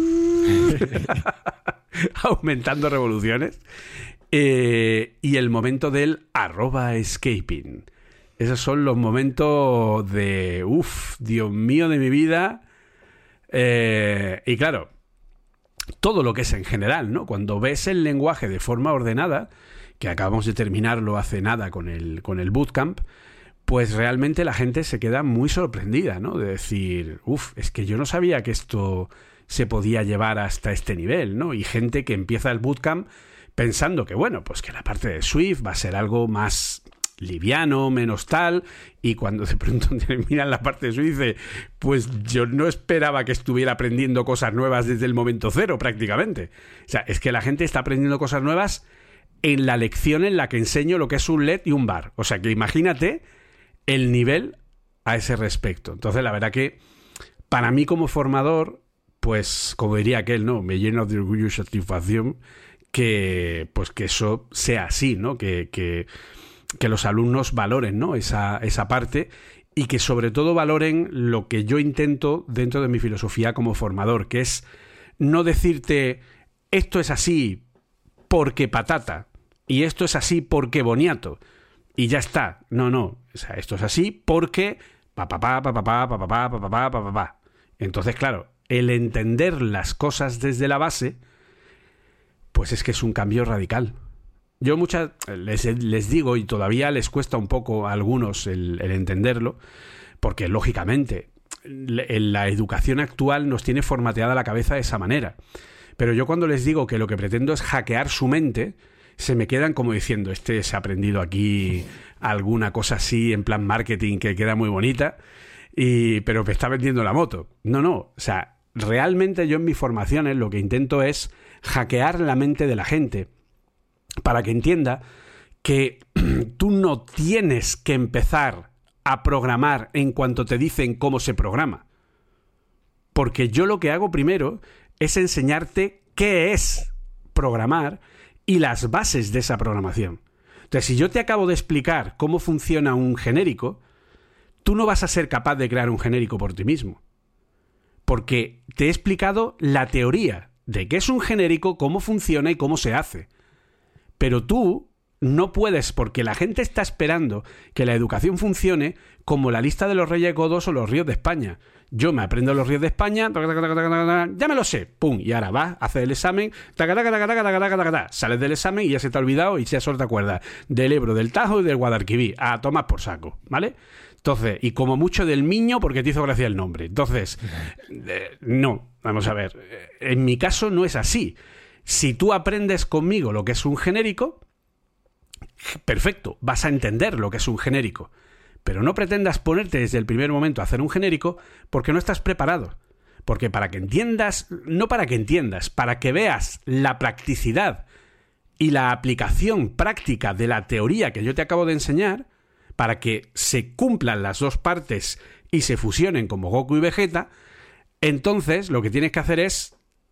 aumentando revoluciones. Y el momento del @escaping. Esos son los momentos de... Uf, Dios mío de mi vida. Y claro, todo lo que es en general, ¿no? Cuando ves el lenguaje de forma ordenada, que acabamos de terminarlo hace nada con el bootcamp, pues realmente la gente se queda muy sorprendida, ¿no? De decir, uf, es que yo no sabía que esto se podía llevar hasta este nivel, ¿no? Y gente que empieza el bootcamp pensando que, bueno, pues que la parte de Swift va a ser algo más liviano, menos tal, y cuando de pronto terminan la parte de Swift dice, pues yo no esperaba que estuviera aprendiendo cosas nuevas desde el momento cero prácticamente. O sea, es que la gente está aprendiendo cosas nuevas en la lección en la que enseño lo que es un LED y un bar. O sea, que imagínate el nivel a ese respecto. Entonces, la verdad que para mí como formador, pues como diría aquel, ¿no? Me lleno de orgullo y satisfacción que pues que eso sea así, ¿no? Que los alumnos valoren, ¿no? esa parte, y que sobre todo valoren lo que yo intento dentro de mi filosofía como formador, que es no decirte esto es así porque patata y esto es así porque boniato y ya está. No. O sea, esto es así porque pa. Entonces, claro, el entender las cosas desde la base, pues es que es un cambio radical. Yo les digo, y todavía les cuesta un poco a algunos el entenderlo, porque lógicamente la educación actual nos tiene formateada la cabeza de esa manera. Pero yo cuando les digo que lo que pretendo es hackear su mente, se me quedan como diciendo, se ha aprendido aquí alguna cosa así en plan marketing que queda muy bonita, pero me está vendiendo la moto. No, o sea, realmente yo en mis formaciones lo que intento es hackear la mente de la gente para que entienda que tú no tienes que empezar a programar en cuanto te dicen cómo se programa. Porque yo lo que hago primero es enseñarte qué es programar y las bases de esa programación. Entonces, si yo te acabo de explicar cómo funciona un genérico, tú no vas a ser capaz de crear un genérico por ti mismo. Porque te he explicado la teoría de qué es un genérico, cómo funciona y cómo se hace. Pero tú no puedes, porque la gente está esperando que la educación funcione como la lista de los Reyes Godos o los ríos de España. Yo me aprendo los ríos de España, ya me lo sé, pum, y ahora vas, haces el examen, sales del examen y ya se te ha olvidado y ya solo te acuerdas del Ebro, del Tajo y del Guadalquivir. A tomar por saco, ¿vale? Entonces, y como mucho del Miño porque te hizo gracia el nombre. Entonces, no, vamos a ver, en mi caso no es así. Si tú aprendes conmigo lo que es un genérico, perfecto, vas a entender lo que es un genérico. Pero no pretendas ponerte desde el primer momento a hacer un genérico porque no estás preparado. Porque para que entiendas, no para que entiendas, para que veas la practicidad y la aplicación práctica de la teoría que yo te acabo de enseñar, para que se cumplan las dos partes y se fusionen como Goku y Vegeta, entonces lo que tienes que hacer es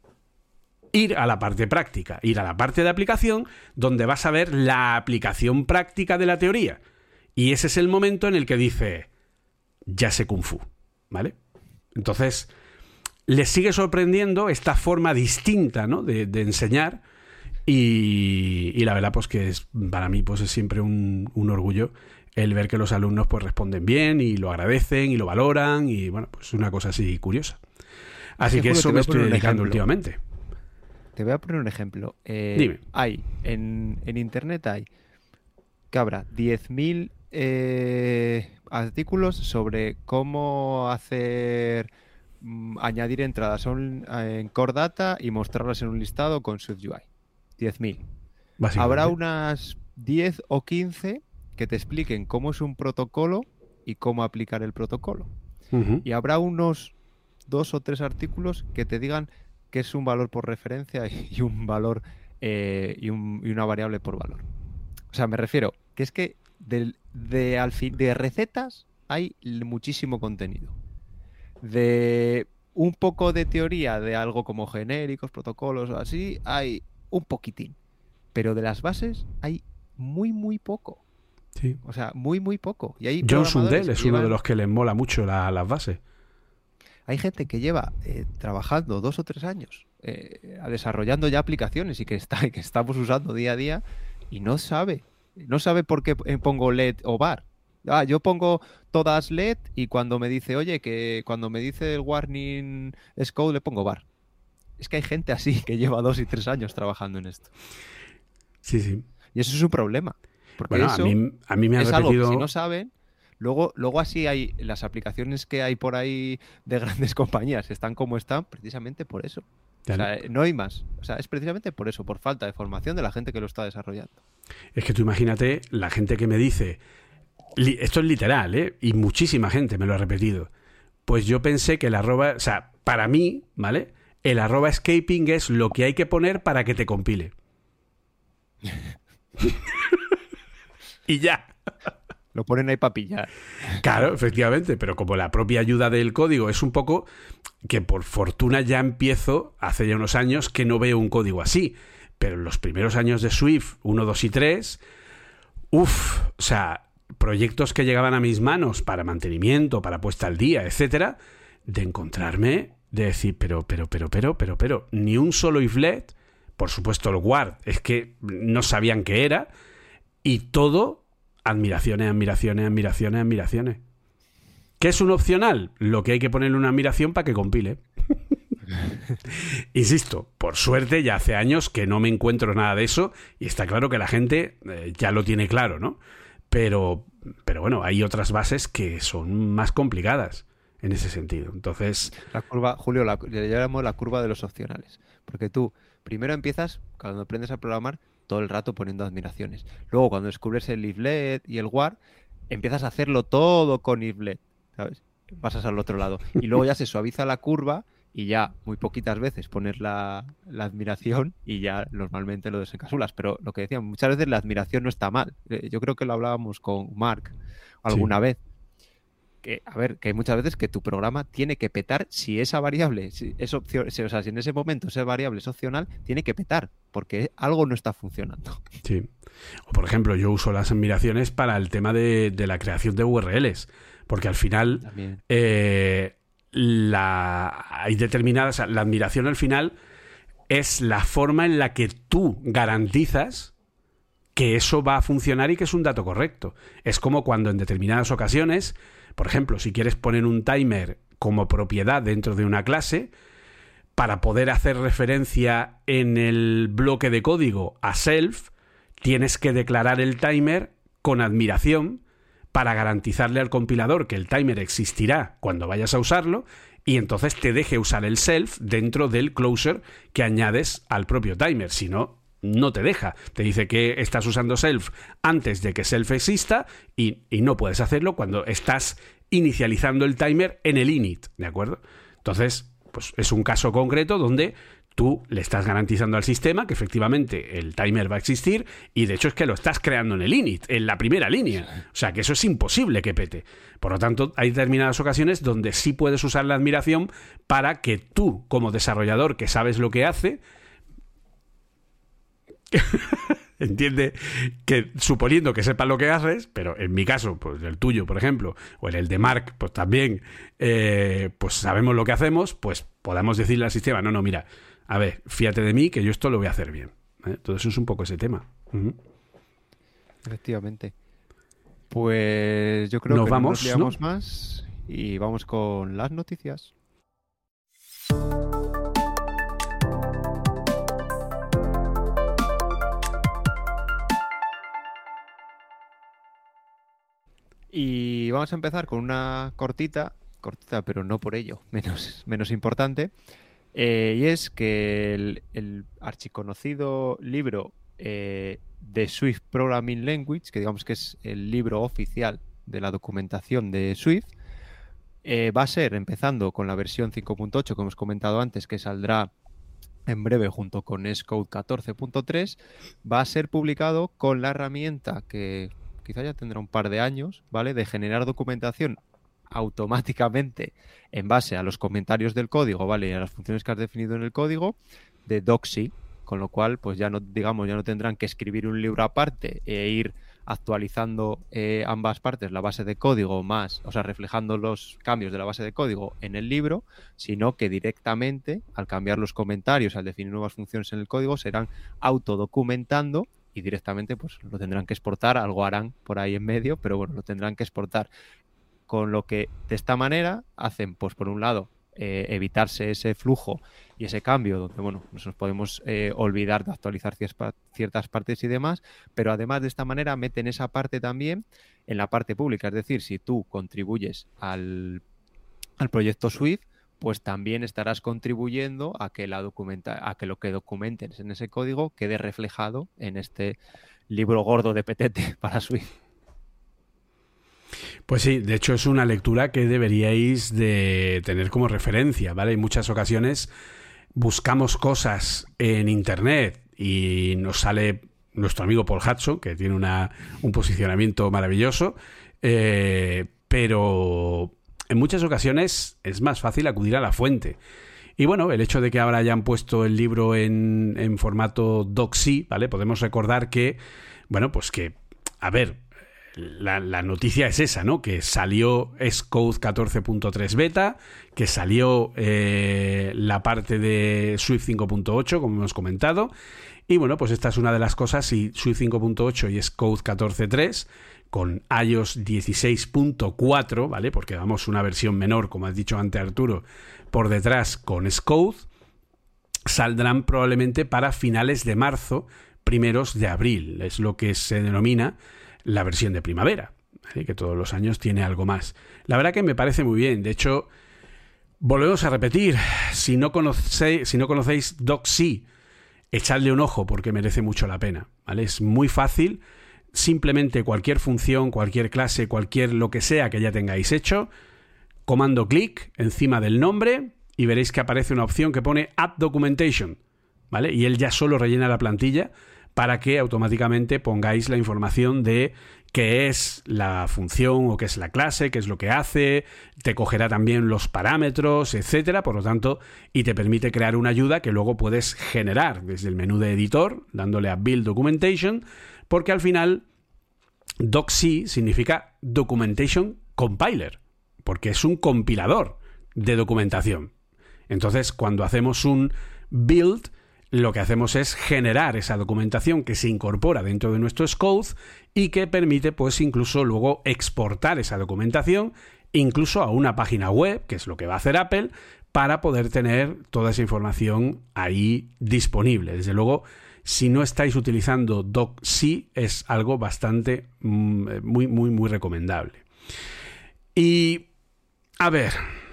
ir a la parte práctica, ir a la parte de aplicación, donde vas a ver la aplicación práctica de la teoría. Y ese es el momento en el que dice, ya sé Kung Fu, ¿vale? Entonces, les sigue sorprendiendo esta forma distinta, ¿no? de enseñar, y la verdad, pues que para mí pues es siempre un orgullo el ver que los alumnos pues responden bien y lo agradecen y lo valoran, y bueno, pues una cosa así curiosa. Así que eso me estoy dedicando últimamente. Te voy a poner un ejemplo. Dime. Hay, en internet hay, que habrá 10.000 artículos sobre cómo hacer, añadir entradas en Core Data y mostrarlas en un listado con SwiftUI. 10.000. Habrá unas 10 o 15 que te expliquen cómo es un protocolo y cómo aplicar el protocolo. Uh-huh. Y habrá unos 2 o 3 artículos que te digan que es un valor por referencia y un valor y una variable por valor. O sea, me refiero que es que de recetas hay muchísimo contenido. De un poco de teoría de algo como genéricos, protocolos o así, hay un poquitín. Pero de las bases hay muy, muy poco. Sí. O sea, muy, muy poco. Y hay John programadores Sundell que es uno de llevan- los que les mola mucho las bases. Hay gente que lleva trabajando 2 o 3 años desarrollando ya aplicaciones y que estamos usando día a día y no sabe. No sabe por qué pongo LED o bar. Ah, yo pongo todas LED y cuando me dice, oye, que cuando me dice el warning Scode le pongo bar. Es que hay gente así que lleva 2 y 3 años trabajando en esto. Sí, sí. Y eso es un problema. Porque Bueno, eso a mí me ha es algo que repetido... si no saben, luego así hay las aplicaciones que hay por ahí de grandes compañías están como están precisamente por eso. Claro. O sea, no hay más. O sea, es precisamente por eso, por falta de formación de la gente que lo está desarrollando. Es que tú imagínate la gente que me dice... Esto es literal, ¿eh? Y muchísima gente me lo ha repetido. Pues yo pensé que el arroba... O sea, para mí, ¿vale? El arroba escaping es lo que hay que poner para que te compile. Y ya. Lo ponen ahí para pillar. Claro, efectivamente, pero como la propia ayuda del código es un poco que por fortuna ya empiezo, hace ya unos años, que no veo un código así. Pero en los primeros años de Swift, 1, 2 y 3, o sea, proyectos que llegaban a mis manos para mantenimiento, para puesta al día, etcétera, de encontrarme, de decir, pero, ni un solo iflet, por supuesto el guard, es que no sabían qué era, y todo, admiraciones. ¿Qué es un opcional? Lo que hay que ponerle una admiración para que compile. Insisto, por suerte ya hace años que no me encuentro nada de eso y está claro que la gente ya lo tiene claro, ¿no? Pero bueno, hay otras bases que son más complicadas en ese sentido. Entonces... La curva, Julio, le llamamos la curva de los opcionales. Porque tú primero empiezas, cuando aprendes a programar, todo el rato poniendo admiraciones. Luego, cuando descubres el iflet y el war, empiezas a hacerlo todo con iflet, ¿sabes? Pasas al otro lado. Y luego ya se suaviza la curva y ya muy poquitas veces pones la admiración y ya normalmente lo desencapsulas. Pero lo que decía, muchas veces la admiración no está mal. Yo creo que lo hablábamos con Mark alguna vez. Que, a ver, que hay muchas veces que tu programa tiene que petar si esa variable es opción, o sea, si en ese momento esa variable es opcional, tiene que petar, porque algo no está funcionando. Sí. O por ejemplo, yo uso las admiraciones para el tema de la creación de URLs, porque al final hay determinadas, la admiración al final es la forma en la que tú garantizas que eso va a funcionar y que es un dato correcto. Es como cuando en determinadas ocasiones, por ejemplo, si quieres poner un timer como propiedad dentro de una clase, para poder hacer referencia en el bloque de código a self, tienes que declarar el timer con admiración para garantizarle al compilador que el timer existirá cuando vayas a usarlo y entonces te deje usar el self dentro del closure que añades al propio timer. Si no, no te deja. Te dice que estás usando self antes de que self exista y no puedes hacerlo cuando estás inicializando el timer en el init, ¿de acuerdo? Entonces, pues es un caso concreto donde tú le estás garantizando al sistema que efectivamente el timer va a existir y de hecho es que lo estás creando en el init, en la primera línea. O sea, que eso es imposible que pete. Por lo tanto, hay determinadas ocasiones donde sí puedes usar la admiración para que tú, como desarrollador que sabes lo que hace, entiende que, suponiendo que sepas lo que haces, pero en mi caso, pues el tuyo, por ejemplo, o en el de Mark, pues también, pues sabemos lo que hacemos, pues podamos decirle al sistema, no, mira, a ver, fíjate de mí que yo esto lo voy a hacer bien. Entonces es un poco ese tema. Efectivamente. Pues yo creo que no nos liamos más y vamos con las noticias. Y vamos a empezar con una cortita pero no por ello menos importante, y es que el archiconocido libro de Swift Programming Language, que digamos que es el libro oficial de la documentación de Swift, va a ser, empezando con la versión 5.8 que hemos comentado antes, que saldrá en breve junto con Xcode 14.3, va a ser publicado con la herramienta que quizá ya tendrá un par de años, ¿vale? De generar documentación automáticamente en base a los comentarios del código, ¿vale? Y a las funciones que has definido en el código de Doxy, con lo cual pues ya no, digamos, ya no tendrán que escribir un libro aparte e ir actualizando ambas partes, la base de código más, o sea, reflejando los cambios de la base de código en el libro, sino que directamente, al cambiar los comentarios, al definir nuevas funciones en el código, serán autodocumentando y directamente pues lo tendrán que exportar, algo harán por ahí en medio, pero bueno, lo tendrán que exportar. Con lo que de esta manera hacen, pues por un lado, evitarse ese flujo y ese cambio donde, bueno, nos podemos olvidar de actualizar ciertas partes y demás, pero además de esta manera meten esa parte también en la parte pública, es decir, si tú contribuyes al proyecto Swift, pues también estarás contribuyendo a que a que lo que documentes en ese código quede reflejado en este libro gordo de petete para Swift. Pues sí, de hecho es una lectura que deberíais de tener como referencia, ¿vale? En muchas ocasiones buscamos cosas en internet y nos sale nuestro amigo Paul Hudson, que tiene un posicionamiento maravilloso, pero en muchas ocasiones es más fácil acudir a la fuente. Y bueno, el hecho de que ahora hayan puesto el libro en formato Doxy, ¿vale? Podemos recordar que, bueno, pues que, a ver, la noticia es esa, ¿no? Que salió Xcode 14.3 beta, que salió la parte de Swift 5.8, como hemos comentado. Y bueno, pues esta es una de las cosas. Si Swift 5.8 y Xcode 14.3 con iOS 16.4, ¿vale? Porque vamos una versión menor, como has dicho antes Arturo, por detrás con Xcode, saldrán probablemente para finales de marzo, primeros de abril. Es lo que se denomina la versión de primavera, ¿vale? Que todos los años tiene algo más. La verdad que me parece muy bien. De hecho, volvemos a repetir, si no conocéis Doxy, echadle un ojo porque merece mucho la pena, ¿vale? Es muy fácil. Simplemente cualquier función, cualquier clase, cualquier lo que sea que ya tengáis hecho, comando clic encima del nombre y veréis que aparece una opción que pone Add Documentation, ¿vale? Y él ya solo rellena la plantilla para que automáticamente pongáis la información de qué es la función o qué es la clase, qué es lo que hace, te cogerá también los parámetros, etcétera, por lo tanto, y te permite crear una ayuda que luego puedes generar desde el menú de editor, dándole a Build Documentation, porque al final Doxy significa Documentation Compiler, porque es un compilador de documentación. Entonces, cuando hacemos un build, lo que hacemos es generar esa documentación que se incorpora dentro de nuestro Xcode y que permite, pues, incluso luego exportar esa documentación incluso a una página web, que es lo que va a hacer Apple, para poder tener toda esa información ahí disponible. Desde luego, si no estáis utilizando Doxy, es algo bastante muy recomendable. Y, a ver,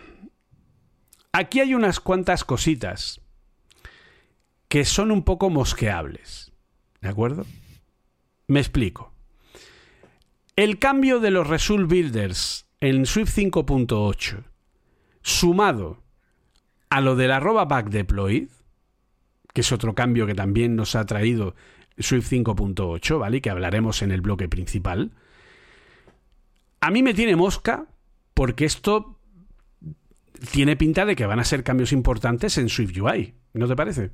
aquí hay unas cuantas cositas que son un poco mosqueables, ¿de acuerdo? Me explico. El cambio de los Result Builders en Swift 5.8 sumado a lo del @backdeployed, que es otro cambio que también nos ha traído Swift 5.8, ¿vale? Y que hablaremos en el bloque principal. A mí me tiene mosca porque esto tiene pinta de que van a ser cambios importantes en Swift UI, ¿no te parece?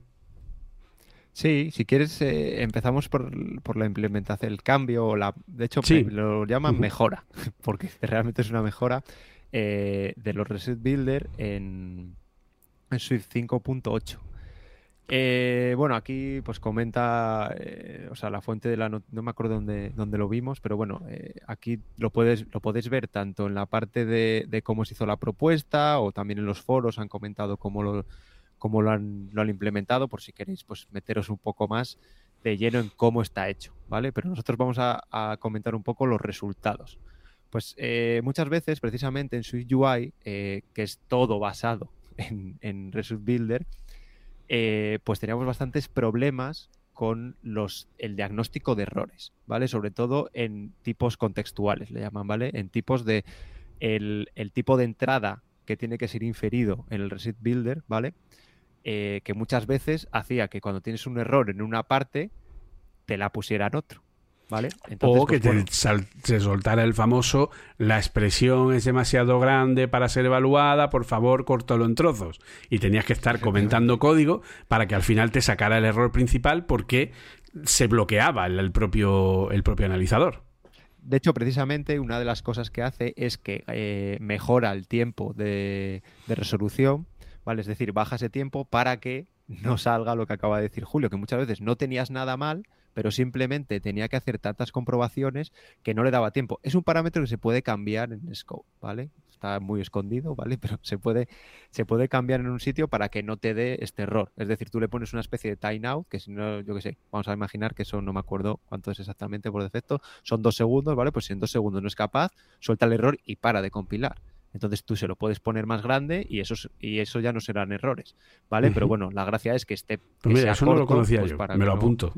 Sí, si quieres empezamos por la implementación, el cambio, de hecho sí. Lo llaman mejora, porque realmente es una mejora de los Result Builder en Swift 5.8. Bueno, aquí pues comenta, o sea, la fuente de no me acuerdo dónde lo vimos, pero bueno, aquí lo podéis ver tanto en la parte de cómo se hizo la propuesta o también en los foros han comentado cómo lo han implementado, por si queréis pues meteros un poco más de lleno en cómo está hecho, ¿vale? Pero nosotros vamos a comentar un poco los resultados. Pues muchas veces, precisamente en Swift UI, que es todo basado en Result Builder, pues teníamos bastantes problemas con el diagnóstico de errores, ¿vale? Sobre todo en tipos contextuales, le llaman, ¿vale? En tipos de el tipo de entrada que tiene que ser inferido en el Result Builder, ¿vale? Que muchas veces hacía que cuando tienes un error en una parte te la pusiera en otro. ¿vale? Entonces, o que se soltara el famoso, la expresión es demasiado grande para ser evaluada, por favor, córtalo en trozos. Y tenías que estar comentando código para que al final te sacara el error principal porque se bloqueaba el propio analizador. De hecho, precisamente, una de las cosas que hace es que mejora el tiempo de resolución, ¿vale? Es decir, baja ese tiempo para que no salga lo que acaba de decir Julio, que muchas veces no tenías nada mal, pero simplemente tenía que hacer tantas comprobaciones que no le daba tiempo. Es un parámetro que se puede cambiar en Scout, ¿vale? Está muy escondido, ¿vale? Pero se puede cambiar en un sitio para que no te dé este error. Es decir, tú le pones una especie de timeout, que si no, yo qué sé, vamos a imaginar que eso no me acuerdo cuánto es exactamente por defecto, son 2 segundos, ¿vale? Pues si en 2 segundos no es capaz, suelta el error y para de compilar. Entonces tú se lo puedes poner más grande y eso ya no serán errores, ¿vale? Pero bueno, la gracia es que esté... Pues mira, eso corto, no lo conocía pues yo, me lo apunto.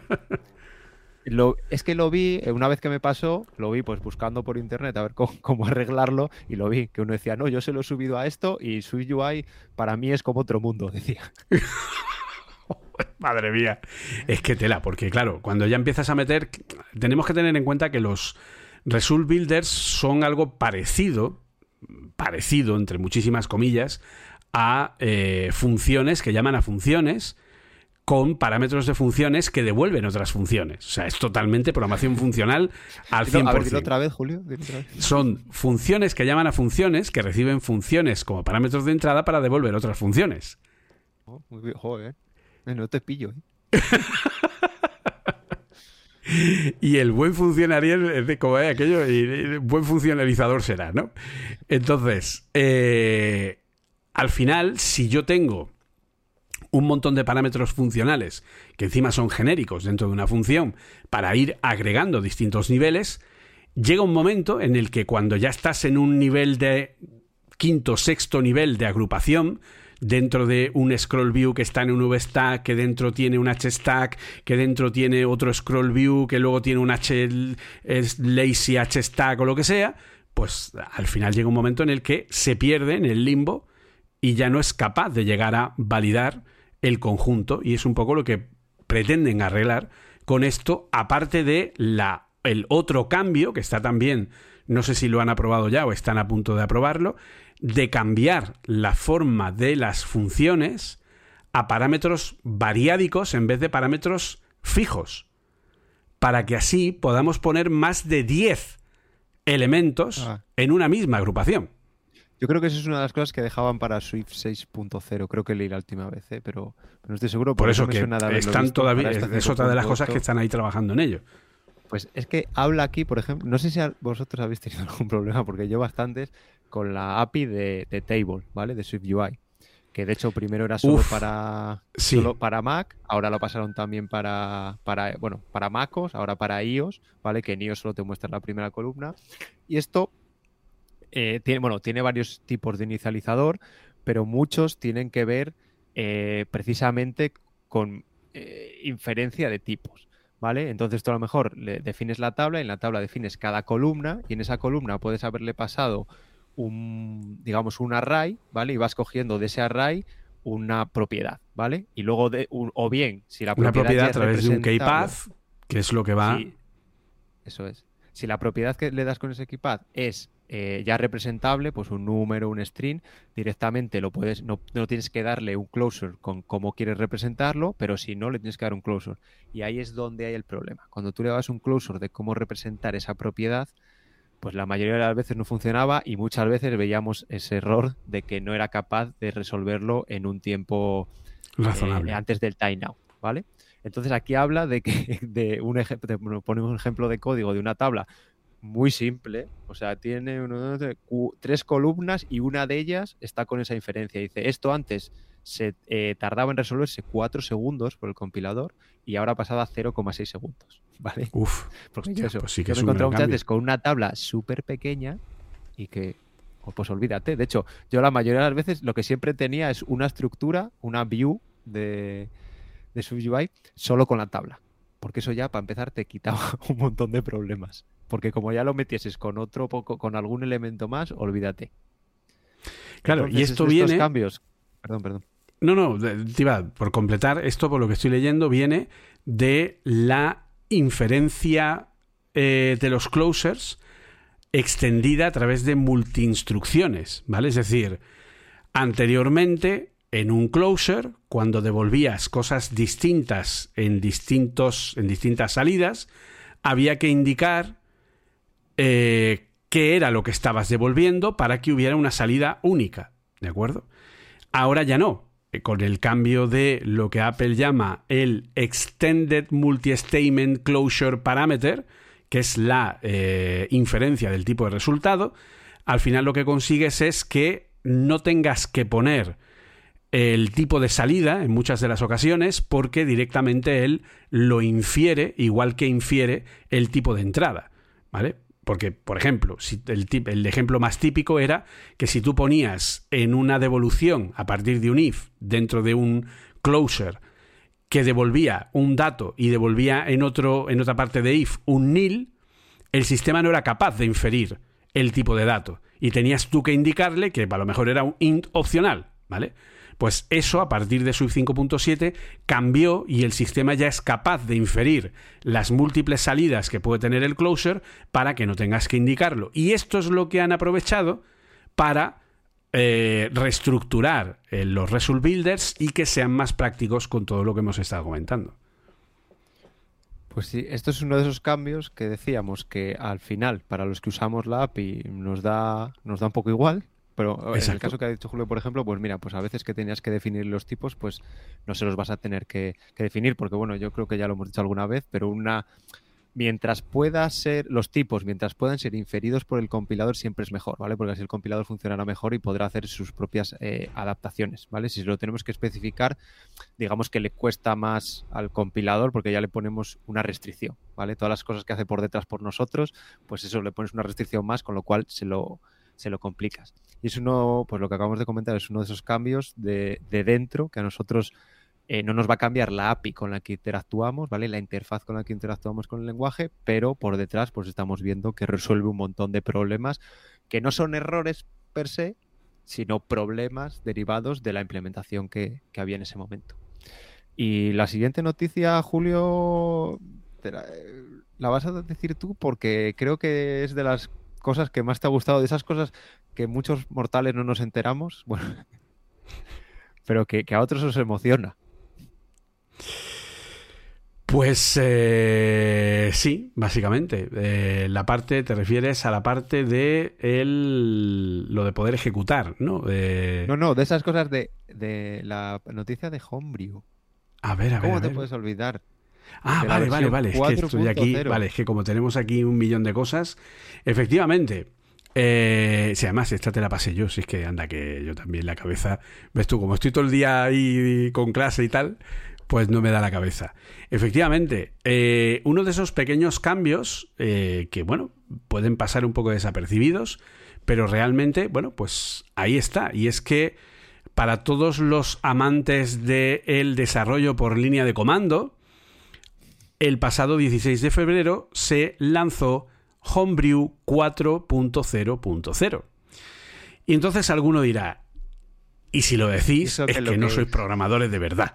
Es que lo vi, una vez que me pasó, lo vi pues buscando por internet a ver cómo arreglarlo y lo vi, que uno decía, no, yo se lo he subido a esto y SwiftUI para mí es como otro mundo, decía. Madre mía, es que tela, porque claro, cuando ya empiezas a meter, tenemos que tener en cuenta que los Result Builders son algo parecido, entre muchísimas comillas, a funciones que llaman a funciones con parámetros de funciones que devuelven otras funciones. O sea, es totalmente programación funcional al 100%. A ver, dilo otra vez, Julio. Son funciones que llaman a funciones que reciben funciones como parámetros de entrada para devolver otras funciones. Oh, muy bien. Joder, no te pillo, Y el buen funcionario es de como aquello, y buen funcionalizador será, ¿no? Entonces, al final, si yo tengo un montón de parámetros funcionales que encima son genéricos dentro de una función para ir agregando distintos niveles, llega un momento en el que cuando ya estás en un nivel de quinto, sexto nivel de agrupación, dentro de un scroll view que está en un VStack, que dentro tiene un HStack, que dentro tiene otro scroll view, que luego tiene un lazy HStack o lo que sea, pues al final llega un momento en el que se pierde en el limbo y ya no es capaz de llegar a validar el conjunto, y es un poco lo que pretenden arreglar con esto, aparte de el otro cambio que está también, no sé si lo han aprobado ya o están a punto de aprobarlo, de cambiar la forma de las funciones a parámetros variádicos en vez de parámetros fijos, para que así podamos poner más de 10 elementos en una misma agrupación. Yo creo que eso es una de las cosas que dejaban para Swift 6.0. Creo que leí la última vez, pero no estoy seguro. Por eso que están todavía, es otra de las cosas que están ahí trabajando en ello. Pues es que habla aquí, por ejemplo, no sé si vosotros habéis tenido algún problema, porque yo bastantes, con la API de Table, ¿vale? De SwiftUI. Que de hecho primero era solo para Mac, ahora lo pasaron también para MacOS, ahora para iOS, ¿vale? Que en iOS solo te muestra la primera columna. Y esto tiene varios tipos de inicializador, pero muchos tienen que ver precisamente con inferencia de tipos, ¿vale? Entonces tú a lo mejor le defines la tabla, y en la tabla defines cada columna, y en esa columna puedes haberle pasado un array, ¿vale? Y vas cogiendo de ese array una propiedad, ¿vale? Y luego o bien, si la propiedad a través de un keypath, que es lo que va... Sí, eso es. Si la propiedad que le das con ese keypath es ya representable, pues un número, un string, directamente lo puedes, no tienes que darle un closure con cómo quieres representarlo, pero si no, le tienes que dar un closure. Y ahí es donde hay el problema. Cuando tú le das un closure de cómo representar esa propiedad, pues la mayoría de las veces no funcionaba, y muchas veces veíamos ese error de que no era capaz de resolverlo en un tiempo razonable antes del timeout, ¿vale? Entonces aquí habla de que pone un ejemplo de código de una tabla muy simple, o sea, tiene 3 columnas y una de ellas está con esa inferencia. Dice, esto antes se tardaba en resolverse 4 segundos por el compilador y ahora ha pasado a 0,6 segundos, ¿vale? Uf, porque hostia, eso, pues sí que yo es me un encontré gran muchas cambio. veces con una tabla súper pequeña y que, pues olvídate. De hecho, yo la mayoría de las veces lo que siempre tenía es una estructura, una view de SwiftUI solo con la tabla, porque eso ya para empezar te quitaba un montón de problemas, porque como ya lo metieses con con algún elemento más, olvídate. Claro. Entonces, y esto estos viene... cambios... Perdón. No, te iba por completar, esto por lo que estoy leyendo viene de la inferencia de los closures extendida a través de multiinstrucciones, ¿vale? Es decir, anteriormente, en un closure, cuando devolvías cosas distintas en distintas salidas, había que indicar qué era lo que estabas devolviendo para que hubiera una salida única, ¿de acuerdo? Ahora ya no. Con el cambio de lo que Apple llama el Extended Multi-Statement Closure Parameter, que es la inferencia del tipo de resultado, al final lo que consigues es que no tengas que poner el tipo de salida en muchas de las ocasiones, porque directamente él lo infiere, igual que infiere el tipo de entrada, ¿vale? Porque, por ejemplo, si el ejemplo más típico era que si tú ponías en una devolución a partir de un if dentro de un closure que devolvía un dato y devolvía en otra parte de if un nil, el sistema no era capaz de inferir el tipo de dato y tenías tú que indicarle que a lo mejor era un int opcional, ¿vale? Pues eso, a partir de Swift 5.7, cambió y el sistema ya es capaz de inferir las múltiples salidas que puede tener el closure para que no tengas que indicarlo. Y esto es lo que han aprovechado para reestructurar los result builders y que sean más prácticos con todo lo que hemos estado comentando. Pues sí, esto es uno de esos cambios que decíamos que al final, para los que usamos la API, nos da un poco igual. Pero Exacto. En el caso que ha dicho Julio, por ejemplo, pues mira, pues a veces que tenías que definir los tipos, pues no se los vas a tener que definir, porque bueno, yo creo que ya lo hemos dicho alguna vez, pero mientras puedan ser inferidos por el compilador siempre es mejor, ¿vale? Porque así el compilador funcionará mejor y podrá hacer sus propias adaptaciones, ¿vale? Si lo tenemos que especificar, digamos que le cuesta más al compilador porque ya le ponemos una restricción, ¿vale? Todas las cosas que hace por detrás por nosotros, pues eso le pones una restricción más, con lo cual se lo complicas. Y es pues lo que acabamos de comentar, es uno de esos cambios de dentro que a nosotros no nos va a cambiar la API con la que interactuamos, ¿vale? La interfaz con la que interactuamos con el lenguaje, pero por detrás pues estamos viendo que resuelve un montón de problemas que no son errores per se, sino problemas derivados de la implementación que había en ese momento. Y la siguiente noticia, Julio, la vas a decir tú porque creo que es de las cosas que más te ha gustado, de esas cosas que muchos mortales no nos enteramos, bueno, pero que a otros os emociona. Pues sí, básicamente. Te refieres a la parte de lo de poder ejecutar, ¿no? No, de esas cosas de la noticia de Homebrew. A ver. ¿Cómo te puedes olvidar? Vale. Es que estoy aquí. Vale, es que como tenemos aquí un millón de cosas, efectivamente. Si además esta te la pasé yo, si es que anda que yo también la cabeza, ves tú, como estoy todo el día ahí con clase y tal, pues no me da la cabeza. Efectivamente, uno de esos pequeños cambios que, bueno, pueden pasar un poco desapercibidos, pero realmente, bueno, pues ahí está. Y es que para todos los amantes del desarrollo por línea de comando, el pasado 16 de febrero se lanzó Homebrew 4.0.0. Y entonces alguno dirá, y si lo decís, es que no sois programadores de verdad.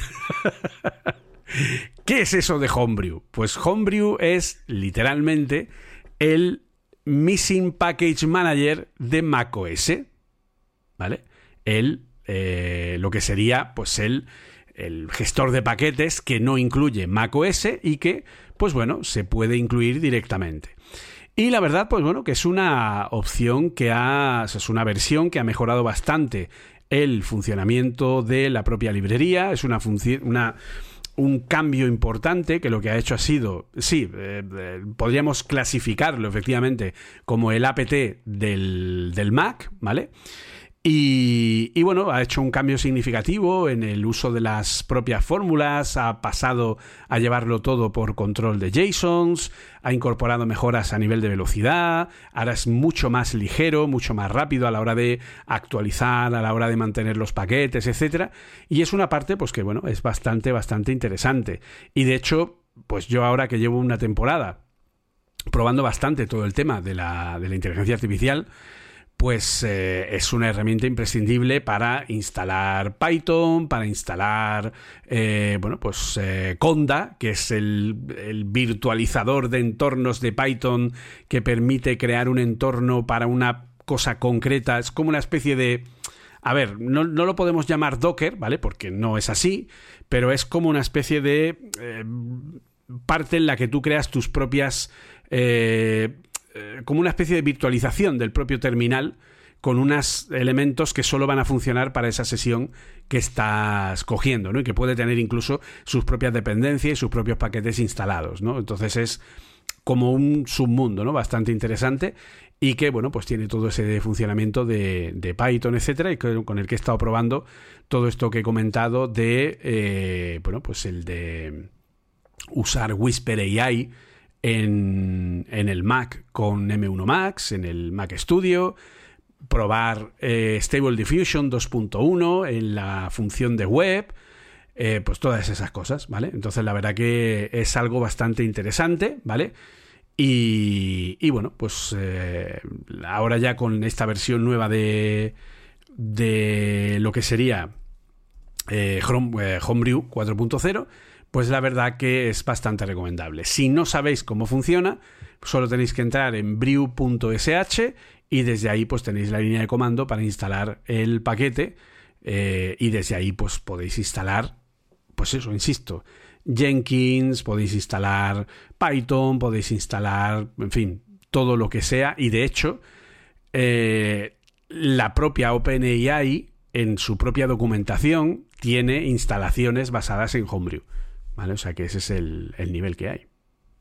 ¿Qué es eso de Homebrew? Pues Homebrew es literalmente el Missing Package Manager de macOS, ¿vale? Lo que sería pues el gestor de paquetes que no incluye macOS y que, pues bueno, se puede incluir directamente. Y la verdad, pues bueno, que es una opción es una versión que ha mejorado bastante el funcionamiento de la propia librería. Es un cambio importante que lo que ha hecho ha sido, podríamos clasificarlo efectivamente como el apt del Mac, ¿vale? Y bueno, ha hecho un cambio significativo en el uso de las propias fórmulas, ha pasado a llevarlo todo por control de JSONs, ha incorporado mejoras a nivel de velocidad, ahora es mucho más ligero, mucho más rápido a la hora de actualizar, a la hora de mantener los paquetes, etcétera. Y es una parte, pues que bueno, es bastante interesante. Y de hecho, pues yo ahora que llevo una temporada probando bastante todo el tema de la inteligencia artificial, pues es una herramienta imprescindible para instalar Python, para instalar Conda, que es el virtualizador de entornos de Python que permite crear un entorno para una cosa concreta. Es como una especie de... A ver, no lo podemos llamar Docker, ¿vale? Porque no es así, pero es como una especie de parte en la que tú creas tus propias... como una especie de virtualización del propio terminal con unos elementos que solo van a funcionar para esa sesión que estás cogiendo, ¿no? Y que puede tener incluso sus propias dependencias y sus propios paquetes instalados, ¿no? Entonces es como un submundo, ¿no? Bastante interesante y que, bueno, pues tiene todo ese funcionamiento de Python, etcétera, y con el que he estado probando todo esto que he comentado de, pues el de usar Whisper AI en el Mac con M1 Max, en el Mac Studio, probar Stable Diffusion 2.1 en la función de web, pues todas esas cosas, ¿vale? Entonces la verdad que es algo bastante interesante, ¿vale? Y bueno, pues ahora ya con esta versión nueva de lo que sería Homebrew 4.0, pues la verdad que es bastante recomendable. Si no sabéis cómo funciona, solo tenéis que entrar en brew.sh y desde ahí pues tenéis la línea de comando para instalar el paquete y desde ahí pues podéis instalar, pues eso, insisto, Jenkins, podéis instalar Python, podéis instalar, en fin, todo lo que sea. Y de hecho, la propia OpenAI en su propia documentación tiene instalaciones basadas en Homebrew, ¿vale? O sea que ese es el nivel que hay.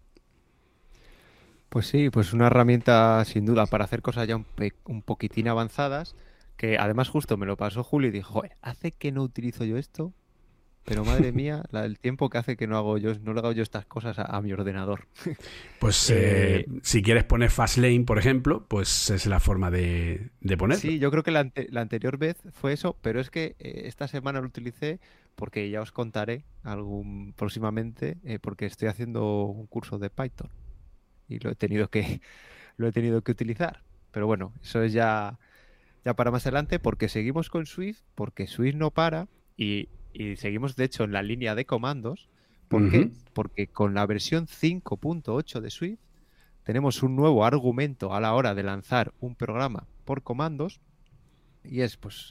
Pues sí, pues una herramienta sin duda para hacer cosas ya un poquitín avanzadas, que además justo me lo pasó Julio y dijo, joder, hace que no utilizo yo esto, pero madre mía, el tiempo que hace que no le hago yo estas cosas a mi ordenador. Pues si quieres poner Fastlane, por ejemplo, pues es la forma de ponerlo. Sí, yo creo que la anterior vez fue eso, pero es que esta semana lo utilicé porque ya os contaré próximamente, porque estoy haciendo un curso de Python y lo he tenido que utilizar. Pero bueno, eso es ya para más adelante, porque seguimos con Swift, porque Swift no para y seguimos, de hecho, en la línea de comandos. ¿Por qué? Porque con la versión 5.8 de Swift tenemos un nuevo argumento a la hora de lanzar un programa por comandos y es pues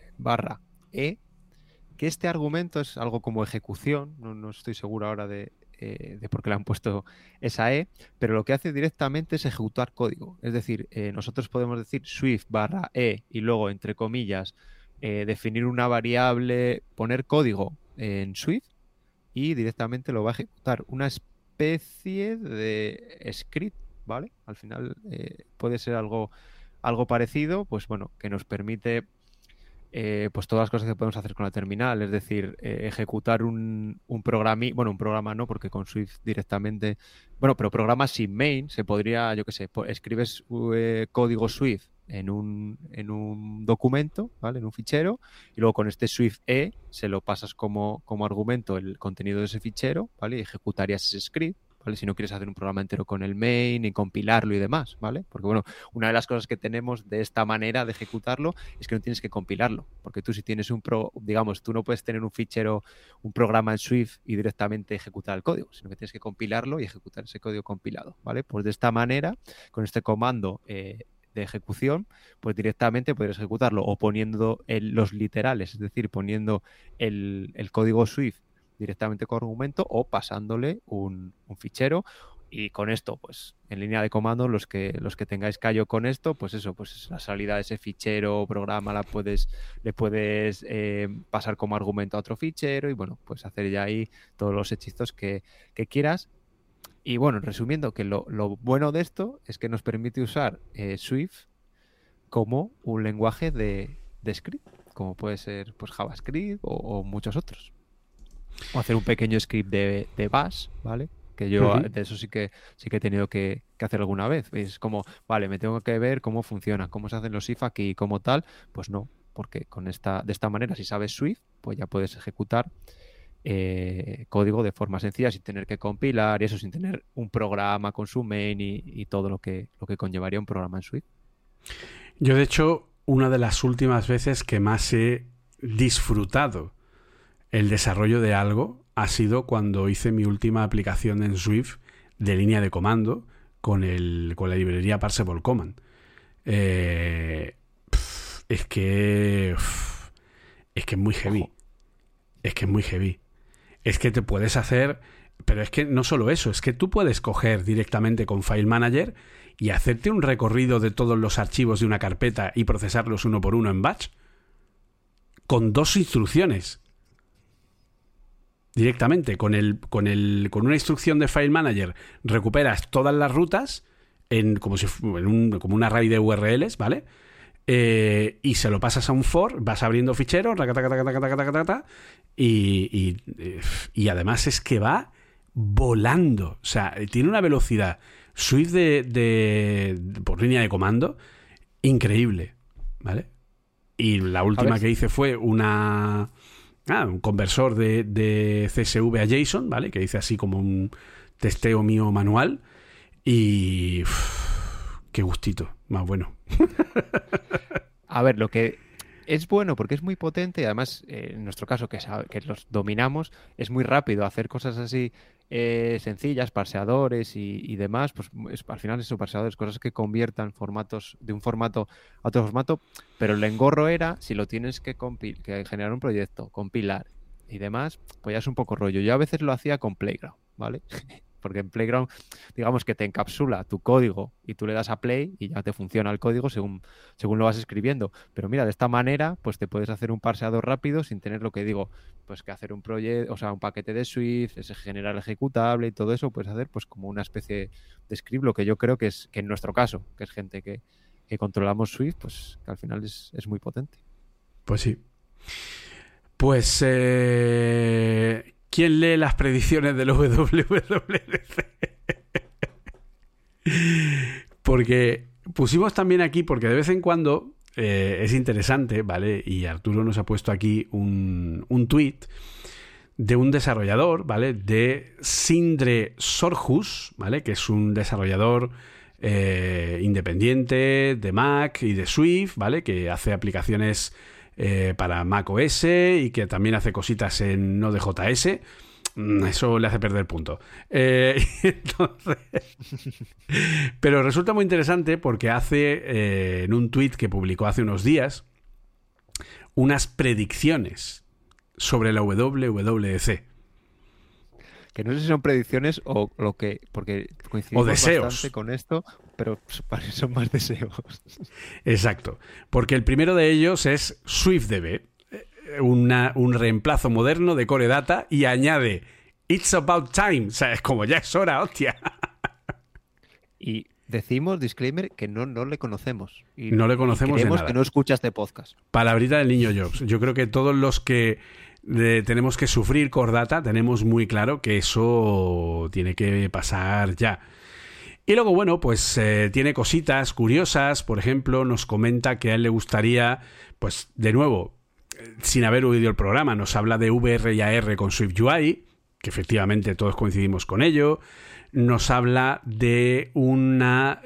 /e, que este argumento es algo como ejecución, no estoy seguro ahora de por qué le han puesto esa E, pero lo que hace directamente es ejecutar código. Es decir, nosotros podemos decir Swift /e y luego, entre comillas, definir una variable, poner código en Swift y directamente lo va a ejecutar. Una especie de script, ¿vale? Al final puede ser algo parecido, pues bueno, que nos permite pues todas las cosas que podemos hacer con la terminal, es decir, ejecutar un programa no, porque con Swift directamente, bueno, pero programas sin main, se podría, yo qué sé, escribes código Swift en un documento, ¿vale? En un fichero, y luego con este SwiftE se lo pasas como argumento el contenido de ese fichero, ¿vale? Y ejecutarías ese script, ¿vale? Si no quieres hacer un programa entero con el main y compilarlo y demás, ¿vale? Porque, bueno, una de las cosas que tenemos de esta manera de ejecutarlo es que no tienes que compilarlo, porque tú si tienes digamos, tú no puedes tener un fichero, un programa en Swift y directamente ejecutar el código, sino que tienes que compilarlo y ejecutar ese código compilado, ¿vale? Pues de esta manera, con este comando de ejecución, pues directamente puedes ejecutarlo o poniendo los literales, es decir, poniendo el código Swift directamente con argumento o pasándole un fichero, y con esto, pues en línea de comando, los que tengáis callo con esto, pues eso, pues la salida de ese fichero o programa le puedes pasar como argumento a otro fichero y bueno, pues hacer ya ahí todos los hechizos que quieras. Y bueno, resumiendo, que lo bueno de esto es que nos permite usar Swift como un lenguaje de script, como puede ser pues JavaScript o muchos otros. O hacer un pequeño script de Bash, ¿vale? Que yo de eso sí que he tenido que hacer alguna vez. Es como, vale, me tengo que ver cómo funciona, cómo se hacen los if aquí y como tal. Pues no, porque de esta manera, si sabes Swift, pues ya puedes ejecutar código de forma sencilla sin tener que compilar y eso, sin tener un programa con su main y todo lo que conllevaría un programa en Swift. Yo, de hecho, una de las últimas veces que más he disfrutado el desarrollo de algo ha sido cuando hice mi última aplicación en Swift de línea de comando con la librería Parsable Command. Es que es muy heavy. Es que es muy heavy. Es que te puedes hacer... Pero es que no solo eso, es que tú puedes coger directamente con File Manager y hacerte un recorrido de todos los archivos de una carpeta y procesarlos uno por uno en batch con 2 instrucciones. Directamente, con una instrucción de File Manager recuperas todas las rutas como un array de URLs, ¿vale? Y se lo pasas a un for, vas abriendo ficheros, y además es que va volando. O sea, tiene una velocidad Swift por línea de comando increíble, ¿vale? Y la última que hice fue un conversor de CSV a JSON, ¿vale? Que hice así como un testeo mío manual y... qué gustito, más bueno. A ver, lo que es bueno porque es muy potente y además, en nuestro caso, que los dominamos, es muy rápido hacer cosas así sencillas, parseadores y demás, pues al final eso, parseadores, cosas que conviertan formatos de un formato a otro formato, pero el engorro era, si lo tienes que generar un proyecto, compilar y demás, pues ya es un poco rollo. Yo a veces lo hacía con Playground, ¿vale? Porque en Playground, digamos que te encapsula tu código y tú le das a play y ya te funciona el código según lo vas escribiendo. Pero mira, de esta manera, pues te puedes hacer un parseador rápido sin tener lo que digo, pues que hacer un proyecto, o sea, un paquete de Swift, generar el ejecutable y todo eso, puedes hacer pues como una especie de script, lo que yo creo que en nuestro caso, que es gente que controlamos Swift, pues que al final es muy potente. Pues sí. Pues... ¿quién lee las predicciones del WWDC? Porque pusimos también aquí, porque de vez en cuando es interesante, ¿vale? Y Arturo nos ha puesto aquí un tweet de un desarrollador, ¿vale? De Sindre Sorhus, ¿vale? Que es un desarrollador independiente de Mac y de Swift, ¿vale? Que hace aplicaciones... para Mac OS y que también hace cositas en Node.js. Eso le hace perder punto. Entonces, pero resulta muy interesante porque hace en un tweet que publicó hace unos días unas predicciones sobre la WWDC. Que no sé si son predicciones o lo que... porque coincidimos bastante con esto, pero son más deseos. Exacto. Porque el primero de ellos es SwiftDB, un reemplazo moderno de Core Data, y añade It's about time. O sea, es como ya es hora, hostia. Y decimos, disclaimer, que no le conocemos. Y no le conocemos de nada. Que no escucha este podcast. Palabrita del niño Jobs. Yo creo que todos los que tenemos que sufrir Core Data tenemos muy claro que eso tiene que pasar ya. Y luego, bueno, pues tiene cositas curiosas. Por ejemplo, nos comenta que a él le gustaría, pues de nuevo, sin haber oído el programa, nos habla de VR y AR con SwiftUI, que efectivamente todos coincidimos con ello. Nos habla de un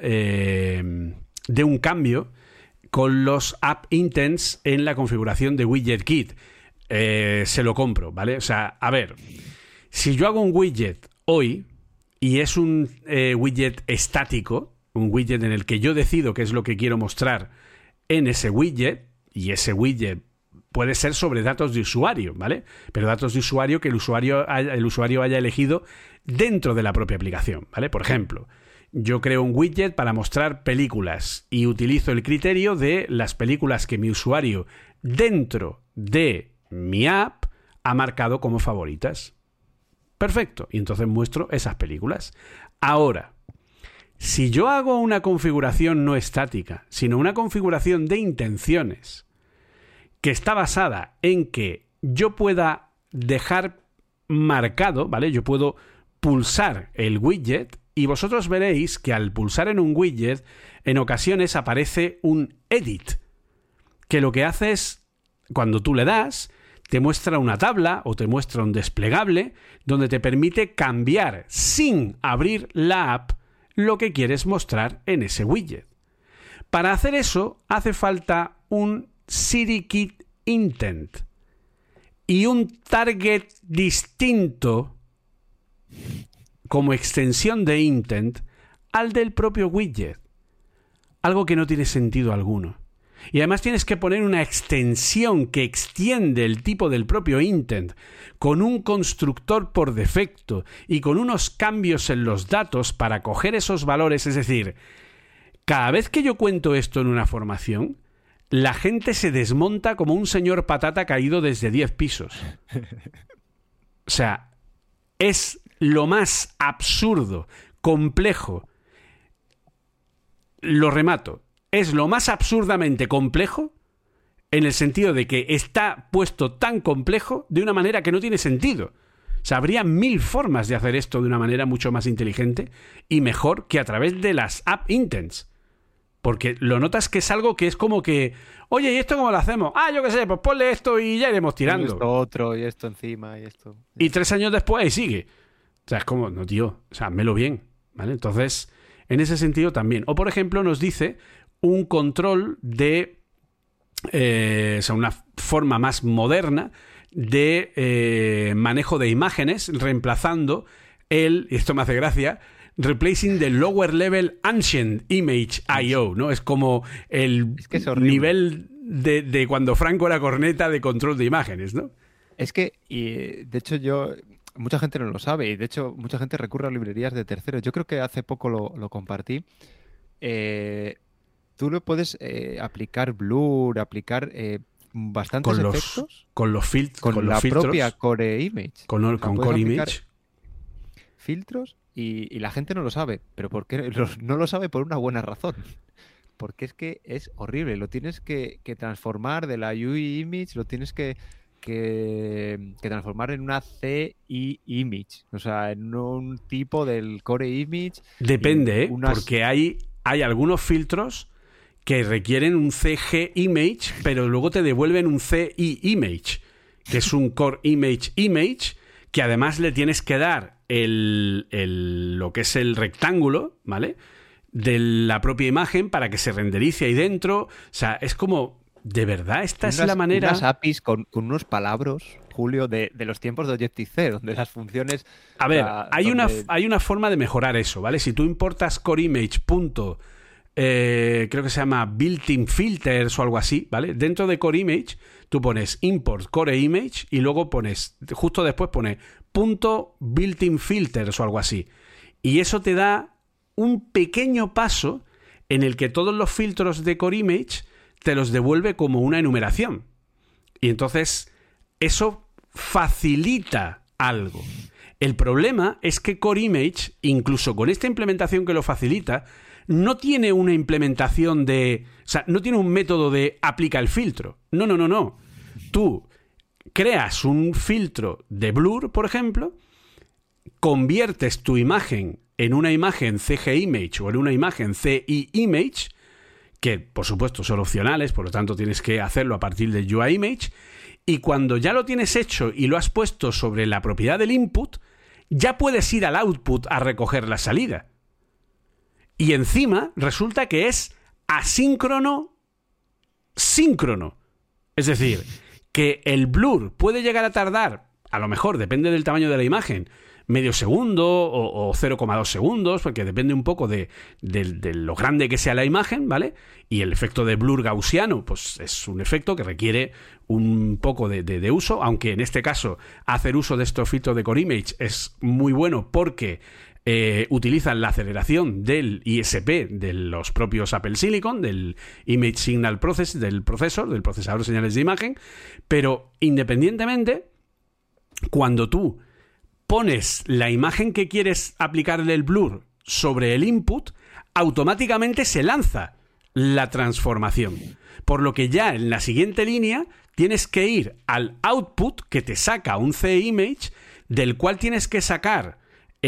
cambio con los app intents en la configuración de WidgetKit. Se lo compro, ¿vale? O sea, a ver, si yo hago un widget hoy y es un widget estático, un widget en el que yo decido qué es lo que quiero mostrar en ese widget, y ese widget puede ser sobre datos de usuario, ¿vale? Pero datos de usuario que el usuario haya elegido dentro de la propia aplicación, ¿vale? Por ejemplo, yo creo un widget para mostrar películas y utilizo el criterio de las películas que mi usuario dentro de mi app ha marcado como favoritas. Perfecto. Y entonces muestro esas películas. Ahora, si yo hago una configuración no estática, sino una configuración de intenciones que está basada en que yo pueda dejar marcado, ¿vale? Yo puedo pulsar el widget y vosotros veréis que al pulsar en un widget, en ocasiones aparece un edit, que lo que hace es, cuando tú le das, te muestra una tabla o te muestra un desplegable donde te permite cambiar sin abrir la app lo que quieres mostrar en ese widget. Para hacer eso hace falta un CityKit Intent y un target distinto como extensión de Intent al del propio widget. Algo que no tiene sentido alguno. Y además tienes que poner una extensión que extiende el tipo del propio Intent con un constructor por defecto y con unos cambios en los datos para coger esos valores. Es decir, cada vez que yo cuento esto en una formación, la gente se desmonta como un señor patata caído desde 10 pisos. O sea, es lo más absurdo, complejo. Lo remato. Es lo más absurdamente complejo en el sentido de que está puesto tan complejo de una manera que no tiene sentido. O sea, habría 1000 formas de hacer esto de una manera mucho más inteligente y mejor que a través de las app intents. Porque lo notas que es algo que es como que, oye, ¿y esto cómo lo hacemos? Ah, yo qué sé, pues ponle esto y ya iremos tirando. Y esto otro, y esto encima, y esto... Y 3 años después ahí sigue. O sea, es como, no, tío, o sea, házmelo bien, ¿vale? Entonces, en ese sentido también. O, por ejemplo, nos dice un control de... o sea, una forma más moderna de manejo de imágenes, reemplazando y esto me hace gracia, replacing the lower level ancient image I.O., ¿no? Es como el nivel de cuando Franco era corneta de control de imágenes, ¿no? Es que, y de hecho mucha gente no lo sabe, y de hecho mucha gente recurre a librerías de terceros. Yo creo que hace poco lo compartí. Tú le puedes aplicar blur, aplicar bastantes efectos. Con los filtros. Con la propia Core Image. Con Core Image. Filtros y la gente no lo sabe. ¿Pero por qué? No lo sabe por una buena razón. Porque es que es horrible. Lo tienes que transformar de la UI Image, lo tienes que transformar en una CI Image. O sea, en un tipo del Core Image. Depende, porque hay algunos filtros que requieren un CG Image, pero luego te devuelven un CI Image, que es un Core Image, que además le tienes que dar lo que es el rectángulo, ¿vale?, de la propia imagen para que se renderice ahí dentro. O sea, es como, ¿de verdad esta es la manera? Unas APIs con unos palabras, Julio, de los tiempos de Objective-C, donde las funciones... A ver, hay una forma de mejorar eso, ¿vale? Si tú importas coreimage. Creo que se llama built-in filters o algo así, ¿vale? Dentro de Core Image tú pones import Core Image y luego justo después pone .built-in filters o algo así. Y eso te da un pequeño paso en el que todos los filtros de Core Image te los devuelve como una enumeración. Y entonces eso facilita algo. El problema es que Core Image, incluso con esta implementación que lo facilita, no tiene una implementación o sea, no tiene un método de aplica el filtro. No. Tú creas un filtro de blur, por ejemplo, conviertes tu imagen en una imagen CG Image o en una imagen CI Image, que por supuesto son opcionales, por lo tanto tienes que hacerlo a partir del UI Image, y cuando ya lo tienes hecho y lo has puesto sobre la propiedad del input, ya puedes ir al output a recoger la salida. Y encima resulta que es asíncrono síncrono. Es decir, que el blur puede llegar a tardar, a lo mejor, depende del tamaño de la imagen, medio segundo o 0,2 segundos, porque depende un poco de lo grande que sea la imagen, ¿vale? Y el efecto de blur gaussiano, pues es un efecto que requiere un poco de uso, aunque en este caso hacer uso de estos filtros de Core Image es muy bueno porque utilizan la aceleración del ISP de los propios Apple Silicon, del Image Signal Process, del procesador de señales de imagen, pero independientemente, cuando tú pones la imagen que quieres aplicarle el blur sobre el input, automáticamente se lanza la transformación. Por lo que ya en la siguiente línea tienes que ir al output que te saca un C-Image, del cual tienes que sacar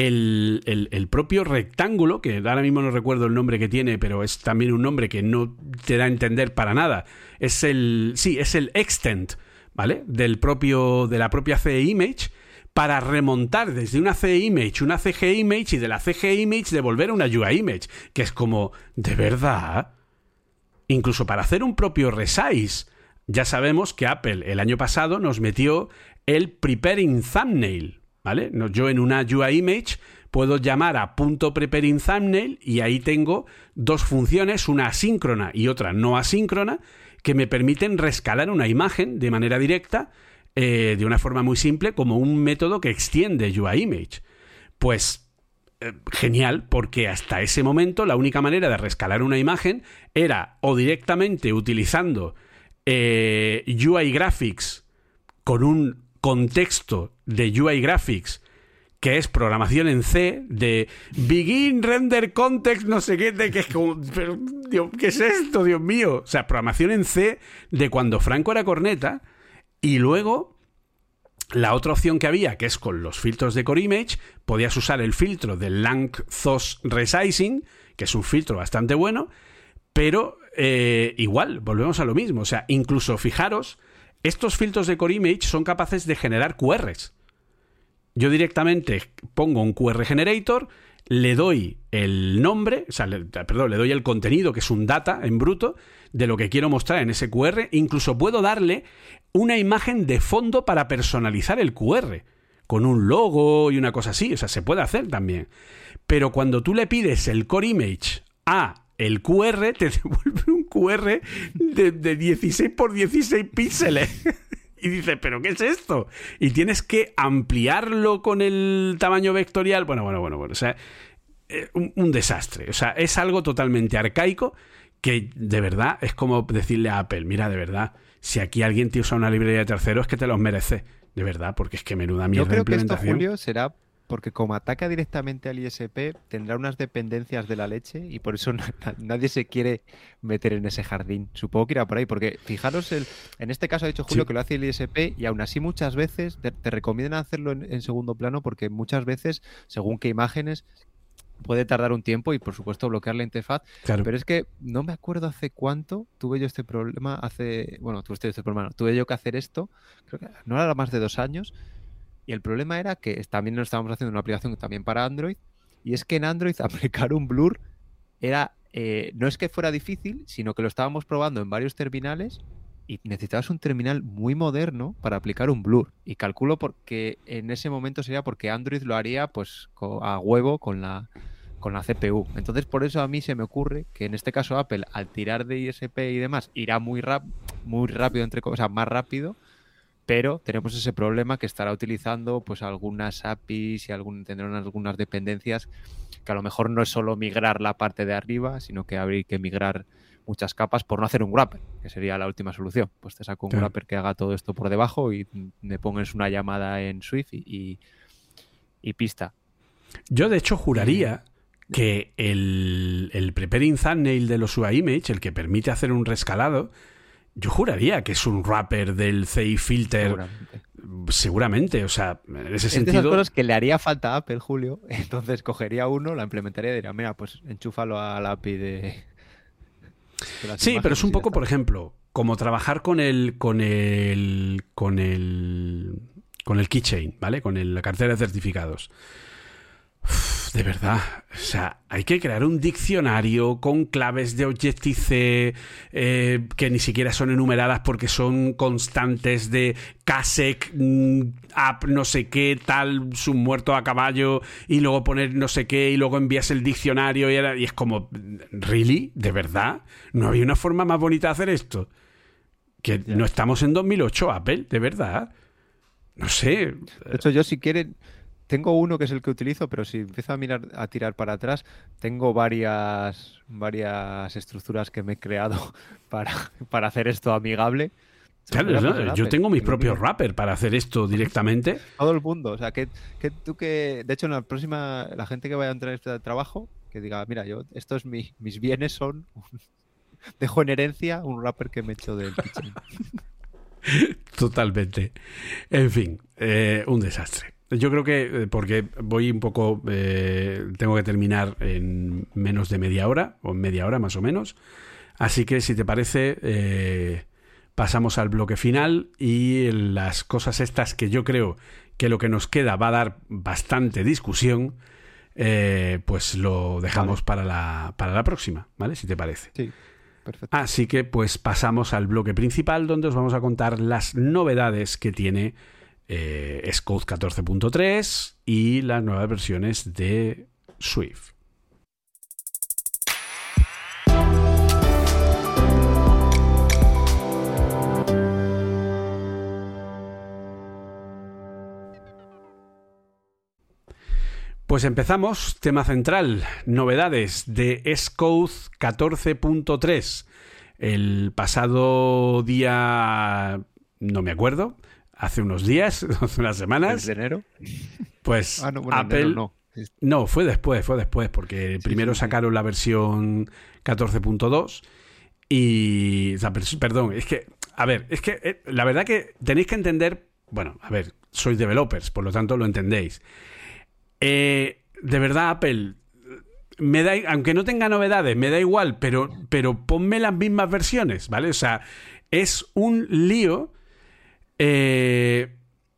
el propio rectángulo, que ahora mismo no recuerdo el nombre que tiene, pero es también un nombre que no te da a entender para nada. Es el extent, ¿vale?, de la propia C-Image, para remontar desde una C-Image una CG-Image y de la CG-Image devolver una UI-Image, que es como, ¿de verdad? incluso para hacer un propio resize. Ya sabemos que Apple el año pasado nos metió el preparing thumbnail, ¿vale? Yo en una UI image puedo llamar a .preparing thumbnail y ahí tengo dos funciones, una asíncrona y otra no asíncrona, que me permiten rescalar una imagen de manera directa, de una forma muy simple, como un método que extiende UI image. Pues genial, porque hasta ese momento la única manera de rescalar una imagen era o directamente utilizando UI Graphics con un contexto de UI Graphics que es programación en C, de begin render context, no sé qué, de que es como, pero, Dios, ¿qué es esto, Dios mío? O sea, programación en C de cuando Franco era corneta, y luego la otra opción que había, que es con los filtros de Core Image, podías usar el filtro de Lanczos Resizing, que es un filtro bastante bueno, pero igual, volvemos a lo mismo. O sea, incluso, fijaros, estos filtros de Core Image son capaces de generar QRs. Yo directamente pongo un QR generator, le doy el nombre, o sea, le doy el contenido, que es un data en bruto, de lo que quiero mostrar en ese QR. Incluso puedo darle una imagen de fondo para personalizar el QR, con un logo y una cosa así. O sea, se puede hacer también. Pero cuando tú le pides el Core Image a el QR, te devuelve un QR de 16 por 16 píxeles. Y dices, ¿pero qué es esto? Y tienes que ampliarlo con el tamaño vectorial. Bueno. O sea, un desastre. O sea, es algo totalmente arcaico que, de verdad, es como decirle a Apple, mira, de verdad, si aquí alguien te usa una librería de terceros, es que te los merece. De verdad, porque es que menuda mierda de implementación. Yo creo que esto, Julio, será porque como ataca directamente al ISP, tendrá unas dependencias de la leche y por eso nadie se quiere meter en ese jardín. Supongo que irá por ahí, porque fijaros, en este caso ha dicho Julio que lo hace el ISP y aún así muchas veces te recomiendan hacerlo en segundo plano porque muchas veces, según qué imágenes, puede tardar un tiempo y por supuesto bloquear la interfaz. Claro. Pero es que no me acuerdo hace cuánto tuve yo este problema, tuve yo que hacer esto, creo que no era más de 2 años. Y el problema era que también nos estábamos haciendo una aplicación también para Android, y es que en Android aplicar un blur era no es que fuera difícil, sino que lo estábamos probando en varios terminales y necesitabas un terminal muy moderno para aplicar un blur. Y calculo porque en ese momento sería porque Android lo haría pues a huevo con la CPU. Entonces por eso a mí se me ocurre que en este caso Apple, al tirar de ISP y demás, irá muy rápido, más rápido. Pero tenemos ese problema que estará utilizando pues algunas APIs y tendrán algunas dependencias que a lo mejor no es solo migrar la parte de arriba, sino que habría que migrar muchas capas por no hacer un wrapper, que sería la última solución. Pues te saco un wrapper que haga todo esto por debajo y me pongas una llamada en Swift y pista. Yo de hecho juraría que el preparing thumbnail de los UI Image, el que permite hacer un rescalado, yo juraría que es un wrapper del CI Filter. Seguramente, o sea, en ese sentido. Es de esas cosas que le haría falta a Apple, Julio. Entonces cogería uno, la implementaría y diría, mira, pues enchúfalo a la API de sí, pero es un poco, por ejemplo, como trabajar con el keychain, ¿vale? Con la cartera de certificados. De verdad, o sea, hay que crear un diccionario con claves de Objective-C que ni siquiera son enumeradas porque son constantes de CASEC, app no sé qué, tal, submuerto a caballo, y luego poner no sé qué, y luego envías el diccionario y es como, ¿really? ¿De verdad? ¿No había una forma más bonita de hacer esto? Que no estamos en 2008, Apple, ¿de verdad? No sé. De hecho, yo si quieren... Tengo uno que es el que utilizo, pero si empiezo a tirar para atrás, tengo varias estructuras que me he creado para hacer esto amigable. Claro, yo tengo mis propios wrappers para hacer esto directamente. Todo el mundo. O sea, de hecho, en la próxima, la gente que vaya a entrar en este trabajo, que diga, mira, mis bienes son, dejo en herencia un wrapper que me he hecho del kitchen. Totalmente. En fin, un desastre. Yo creo que, porque voy un poco, tengo que terminar en menos de media hora, o en media hora más o menos, así que si te parece, pasamos al bloque final y las cosas estas que yo creo que lo que nos queda va a dar bastante discusión, pues lo dejamos para la próxima, ¿vale? Si te parece. Sí. perfecto. Así que pues pasamos al bloque principal donde os vamos a contar las novedades que tiene Xcode 14.3 y las nuevas versiones de Swift. Pues empezamos, tema central, novedades de Xcode 14.3. El pasado día, no me acuerdo, hace unos días, hace unas semanas. ¿De enero? Pues no, bueno, Apple... enero no. No, fue después, porque primero sacaron la versión 14.2 y... O sea, perdón, es que... A ver, es que la verdad que tenéis que entender... Bueno, a ver, sois developers, por lo tanto lo entendéis. De verdad, Apple, aunque no tenga novedades, me da igual, pero ponme las mismas versiones, ¿vale? O sea, es un lío que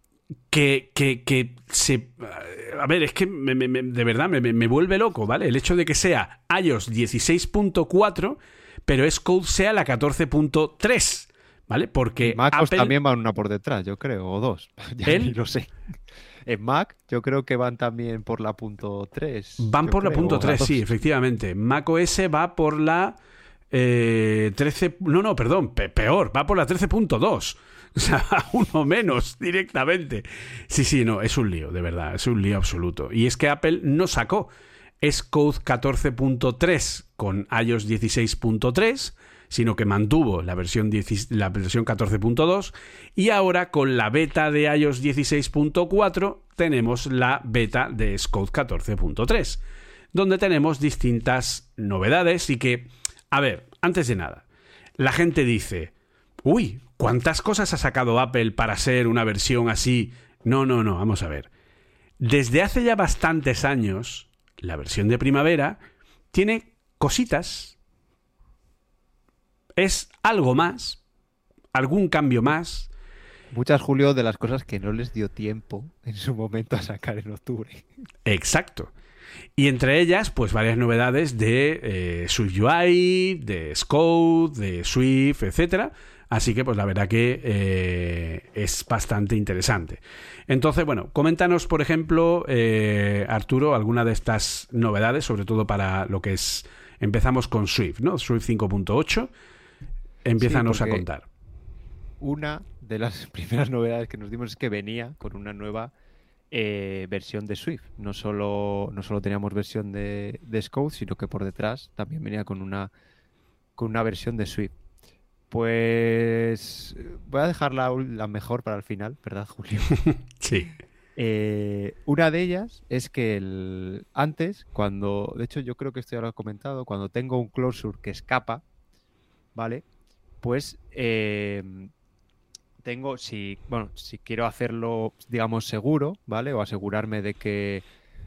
se... A ver, es que de verdad me vuelve loco, ¿vale? El hecho de que sea iOS 16.4, pero Xcode sea la 14.3, ¿vale? Porque MacOS Apple... también van una por detrás, yo creo, o dos. Ya ni lo sé. En Mac yo creo que van también por la .3. Van por la .3, sí, efectivamente. macOS va por la 13... No, perdón, peor, va por la 13.2. O sea, uno menos directamente. Sí, no, es un lío, de verdad, es un lío absoluto. Y es que Apple no sacó Xcode 14.3 con iOS 16.3, sino que mantuvo la versión 14.2 y ahora con la beta de iOS 16.4 tenemos la beta de Xcode 14.3, donde tenemos distintas novedades y que, a ver, antes de nada, la gente dice, uy, ¿cuántas cosas ha sacado Apple para ser una versión así? No, vamos a ver. Desde hace ya bastantes años, la versión de primavera tiene cositas. Es algo más, algún cambio más. Muchas, Julio, de las cosas que no les dio tiempo en su momento a sacar en octubre. Exacto. Y entre ellas, pues varias novedades de SwiftUI, de Xcode, de Swift, etcétera. Así que, pues la verdad que es bastante interesante. Entonces, bueno, coméntanos, por ejemplo, Arturo, alguna de estas novedades, sobre todo para lo que es... Empezamos con Swift, ¿no? Swift 5.8. Empiézanos a contar. Una de las primeras novedades que nos dimos es que venía con una nueva versión de Swift. No solo teníamos versión de Xcode, sino que por detrás también venía con una versión de Swift. Pues voy a dejar la mejor para el final, ¿verdad, Julio? Sí. Una de ellas es que antes, cuando... De hecho, yo creo que esto ya lo he comentado. Cuando tengo un closure que escapa, ¿vale? Pues si quiero hacerlo, digamos, seguro, ¿vale? O asegurarme de que...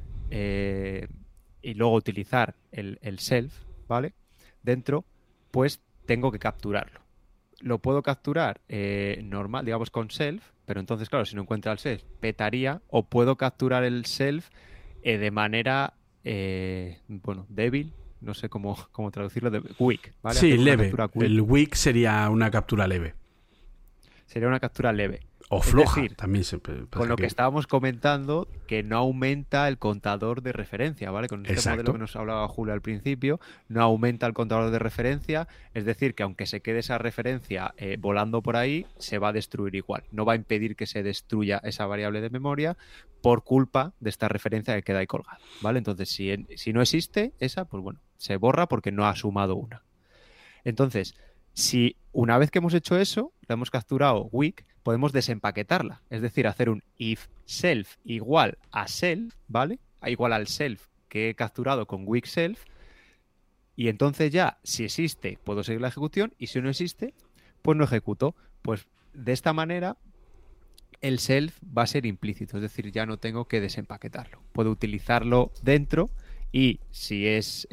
y luego utilizar el self, ¿vale? Dentro, pues tengo que capturarlo. Lo puedo capturar normal, digamos, con self, pero entonces, claro, si no encuentra el self, petaría, o puedo capturar el self de manera, débil, no sé cómo traducirlo, weak, ¿vale? Sí, leve. El weak sería una captura leve. Sería una captura leve. O floja, es decir, también se con lo que estábamos comentando, que no aumenta el contador de referencia, ¿vale? Con este modelo que nos hablaba Julio al principio, no aumenta el contador de referencia, es decir, que aunque se quede esa referencia volando por ahí, se va a destruir igual. No va a impedir que se destruya esa variable de memoria por culpa de esta referencia que queda ahí colgada, ¿vale? Entonces, si no existe esa, pues bueno, se borra porque no ha sumado una. Entonces, si una vez que hemos hecho eso, la hemos capturado weak, podemos desempaquetarla. Es decir, hacer un if self igual a self, ¿vale? Igual al self que he capturado con weak self. Y entonces ya, si existe, puedo seguir la ejecución. Y si no existe, pues no ejecuto. Pues de esta manera, el self va a ser implícito. Es decir, ya no tengo que desempaquetarlo. Puedo utilizarlo dentro y si es...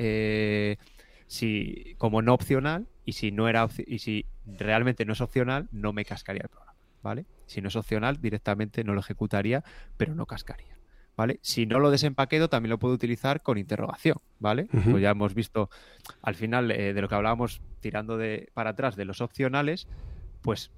como no opcional, y si realmente no es opcional, no me cascaría el programa, ¿vale? Si no es opcional, directamente no lo ejecutaría, pero no cascaría, ¿vale? Si no lo desempaqueto, también lo puedo utilizar con interrogación, ¿vale? Ujú. Pues ya hemos visto al final de lo que hablábamos tirando para atrás de los opcionales, pues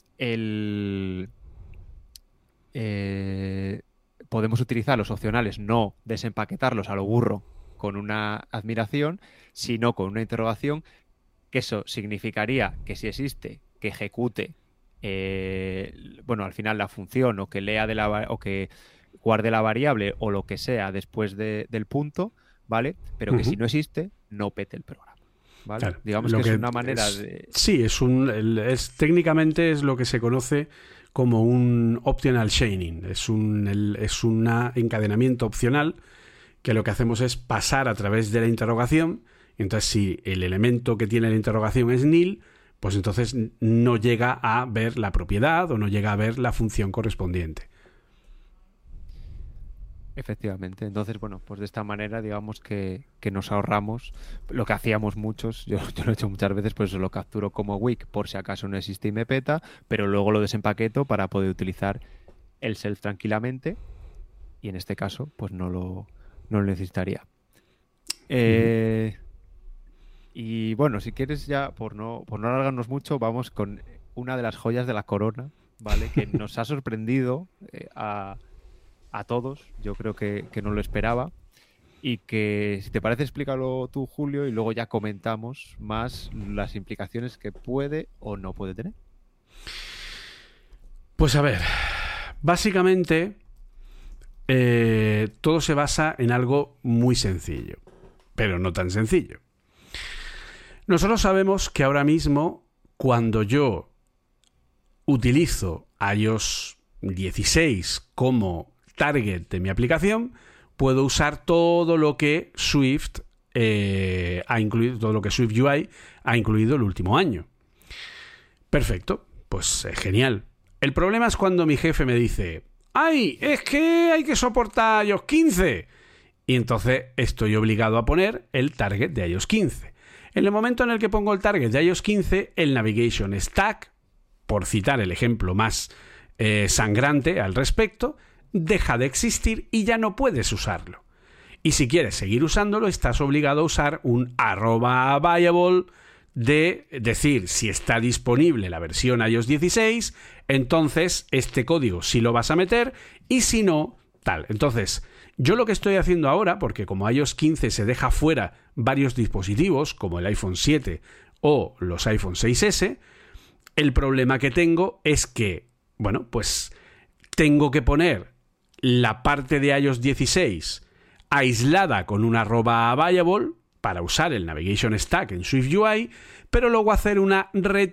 podemos utilizar los opcionales, no desempaquetarlos a lo burro con una admiración, sino con una interrogación, que eso significaría que si existe, que ejecute al final la función, o que lea o que guarde la variable o lo que sea después del punto, ¿vale? Pero que si no existe, no pete el programa, ¿vale? Claro, Digamos que es una manera de... Sí, técnicamente es lo que se conoce como un optional chaining. Es un encadenamiento opcional que lo que hacemos es pasar a través de la interrogación. Entonces, si el elemento que tiene la interrogación es nil, pues entonces no llega a ver la propiedad o no llega a ver la función correspondiente. Efectivamente. Entonces, bueno, pues de esta manera digamos que nos ahorramos lo que hacíamos muchos. Yo lo he hecho muchas veces, pues lo capturo como weak por si acaso no existe y me peta, pero luego lo desempaqueto para poder utilizar el self tranquilamente, y en este caso pues no lo necesitaría. Y bueno, si quieres ya, por no alargarnos mucho, vamos con una de las joyas de la corona, ¿vale? Que nos ha sorprendido a todos. Yo creo que no lo esperaba. Y que, si te parece, explícalo tú, Julio, y luego ya comentamos más las implicaciones que puede o no puede tener. Pues a ver, básicamente todo se basa en algo muy sencillo, pero no tan sencillo. Nosotros sabemos que ahora mismo, cuando yo utilizo iOS 16 como target de mi aplicación, puedo usar todo lo que Swift ha incluido, todo lo que Swift UI ha incluido el último año. Perfecto, pues genial. El problema es cuando mi jefe me dice: ¡ay, es que hay que soportar iOS 15! Y entonces estoy obligado a poner el target de iOS 15. En el momento en el que pongo el target de iOS 15, el Navigation Stack, por citar el ejemplo más sangrante al respecto, deja de existir y ya no puedes usarlo. Y si quieres seguir usándolo, estás obligado a usar un @variable de decir si está disponible la versión iOS 16, entonces este código sí lo vas a meter, y si no, tal. Entonces, yo lo que estoy haciendo ahora, porque como iOS 15 se deja fuera varios dispositivos, como el iPhone 7 o los iPhone 6S, el problema que tengo es que, bueno, pues tengo que poner la parte de iOS 16 aislada con un @variable para usar el Navigation Stack en Swift UI, pero luego hacer una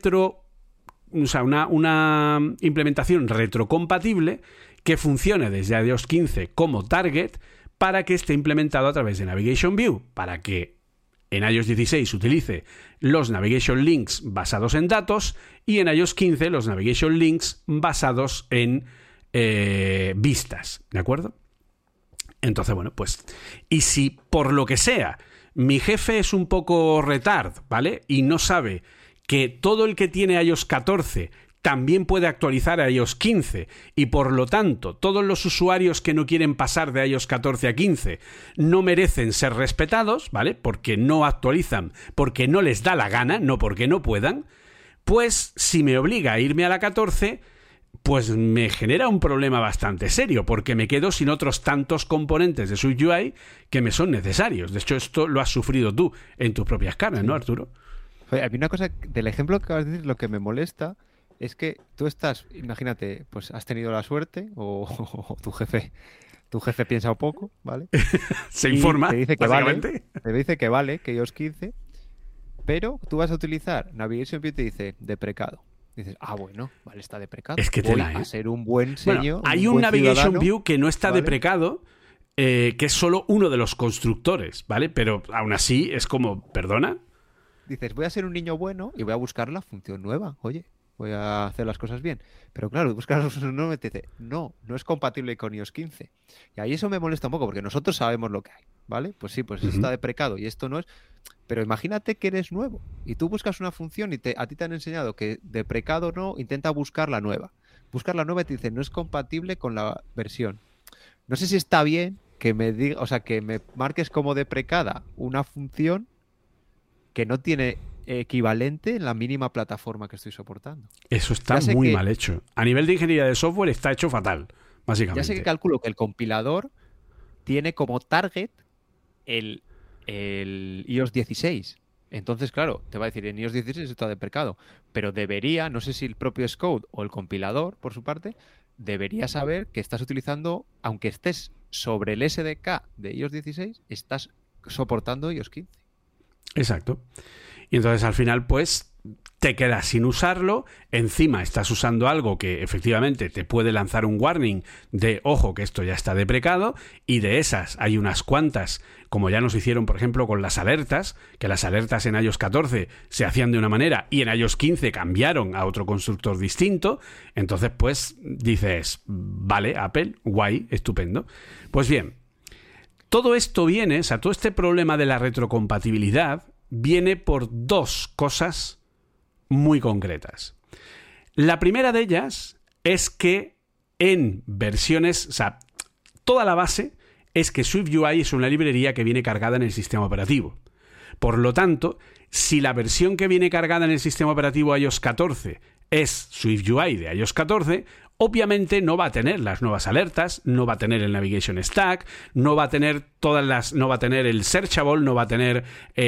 implementación retrocompatible que funcione desde iOS 15 como target, para que esté implementado a través de Navigation View, para que en iOS 16 utilice los Navigation Links basados en datos y en iOS 15 los Navigation Links basados en vistas, ¿de acuerdo? Entonces, bueno, pues, y si por lo que sea mi jefe es un poco retard, ¿vale? Y no sabe que todo el que tiene iOS 14 también puede actualizar a iOS 15, y por lo tanto todos los usuarios que no quieren pasar de iOS 14 a 15 no merecen ser respetados, ¿vale? Porque no actualizan, porque no les da la gana, no porque no puedan, pues si me obliga a irme a la 14, pues me genera un problema bastante serio, porque me quedo sin otros tantos componentes de Swift UI que me son necesarios. De hecho, esto lo has sufrido tú en tus propias carnes, ¿no, Arturo? Oye, a mí una cosa del ejemplo que acabas de decir, lo que me molesta es que tú estás, imagínate, pues has tenido la suerte o tu jefe piensa un poco, ¿vale? Se informa, te dice que básicamente. vale, que iOS 15, pero tú vas a utilizar Navigation View y te dice deprecado. Dices, bueno, vale, está deprecado. Es que voy a ser un buen señor. Bueno, hay un Navigation View que no está ¿vale? deprecado, que es solo uno de los constructores, ¿vale? Pero aún así es como, ¿perdona? Dices, voy a ser un niño bueno y voy a buscar la función nueva. Oye, voy a hacer las cosas bien. Pero claro, buscar la función nueva y te dice, no es compatible con iOS 15. Y ahí eso me molesta un poco, porque nosotros sabemos lo que hay, ¿vale? Pues sí, pues eso está deprecado y esto no es... Pero imagínate que eres nuevo y tú buscas una función y a ti te han enseñado que deprecado no, intenta buscar la nueva. Buscar la nueva y te dice, no es compatible con la versión. no sé si está bien que me diga, o sea, que me marques como deprecada una función que no tiene equivalente en la mínima plataforma que estoy soportando. Eso está muy mal hecho. A nivel de ingeniería de software está hecho fatal, básicamente. Ya sé que calculo que el compilador tiene como target el iOS 16. Entonces, claro, te va a decir, en iOS 16 está deprecado, pero debería, no sé si el propio Xcode o el compilador, por su parte, debería saber que estás utilizando, aunque estés sobre el SDK de iOS 16, estás soportando iOS 15. Exacto. Y entonces al final, pues, te quedas sin usarlo, encima estás usando algo que efectivamente te puede lanzar un warning de, ojo, que esto ya está deprecado, y de esas hay unas cuantas, como ya nos hicieron, por ejemplo, con las alertas, que las alertas en iOS 14 se hacían de una manera y en iOS 15 cambiaron a otro constructor distinto. Entonces, pues, dices, vale, Apple, guay, estupendo. Pues bien, todo esto viene, o sea, todo este problema de la retrocompatibilidad viene por dos cosas muy concretas. La primera de ellas es que en versiones, o sea, toda la base es que SwiftUI es una librería que viene cargada en el sistema operativo. Por lo tanto, si la versión que viene cargada en el sistema operativo iOS 14 es SwiftUI de iOS 14, obviamente no va a tener las nuevas alertas, no va a tener el Navigation Stack, no va a tener no va a tener el Searchable, no va a tener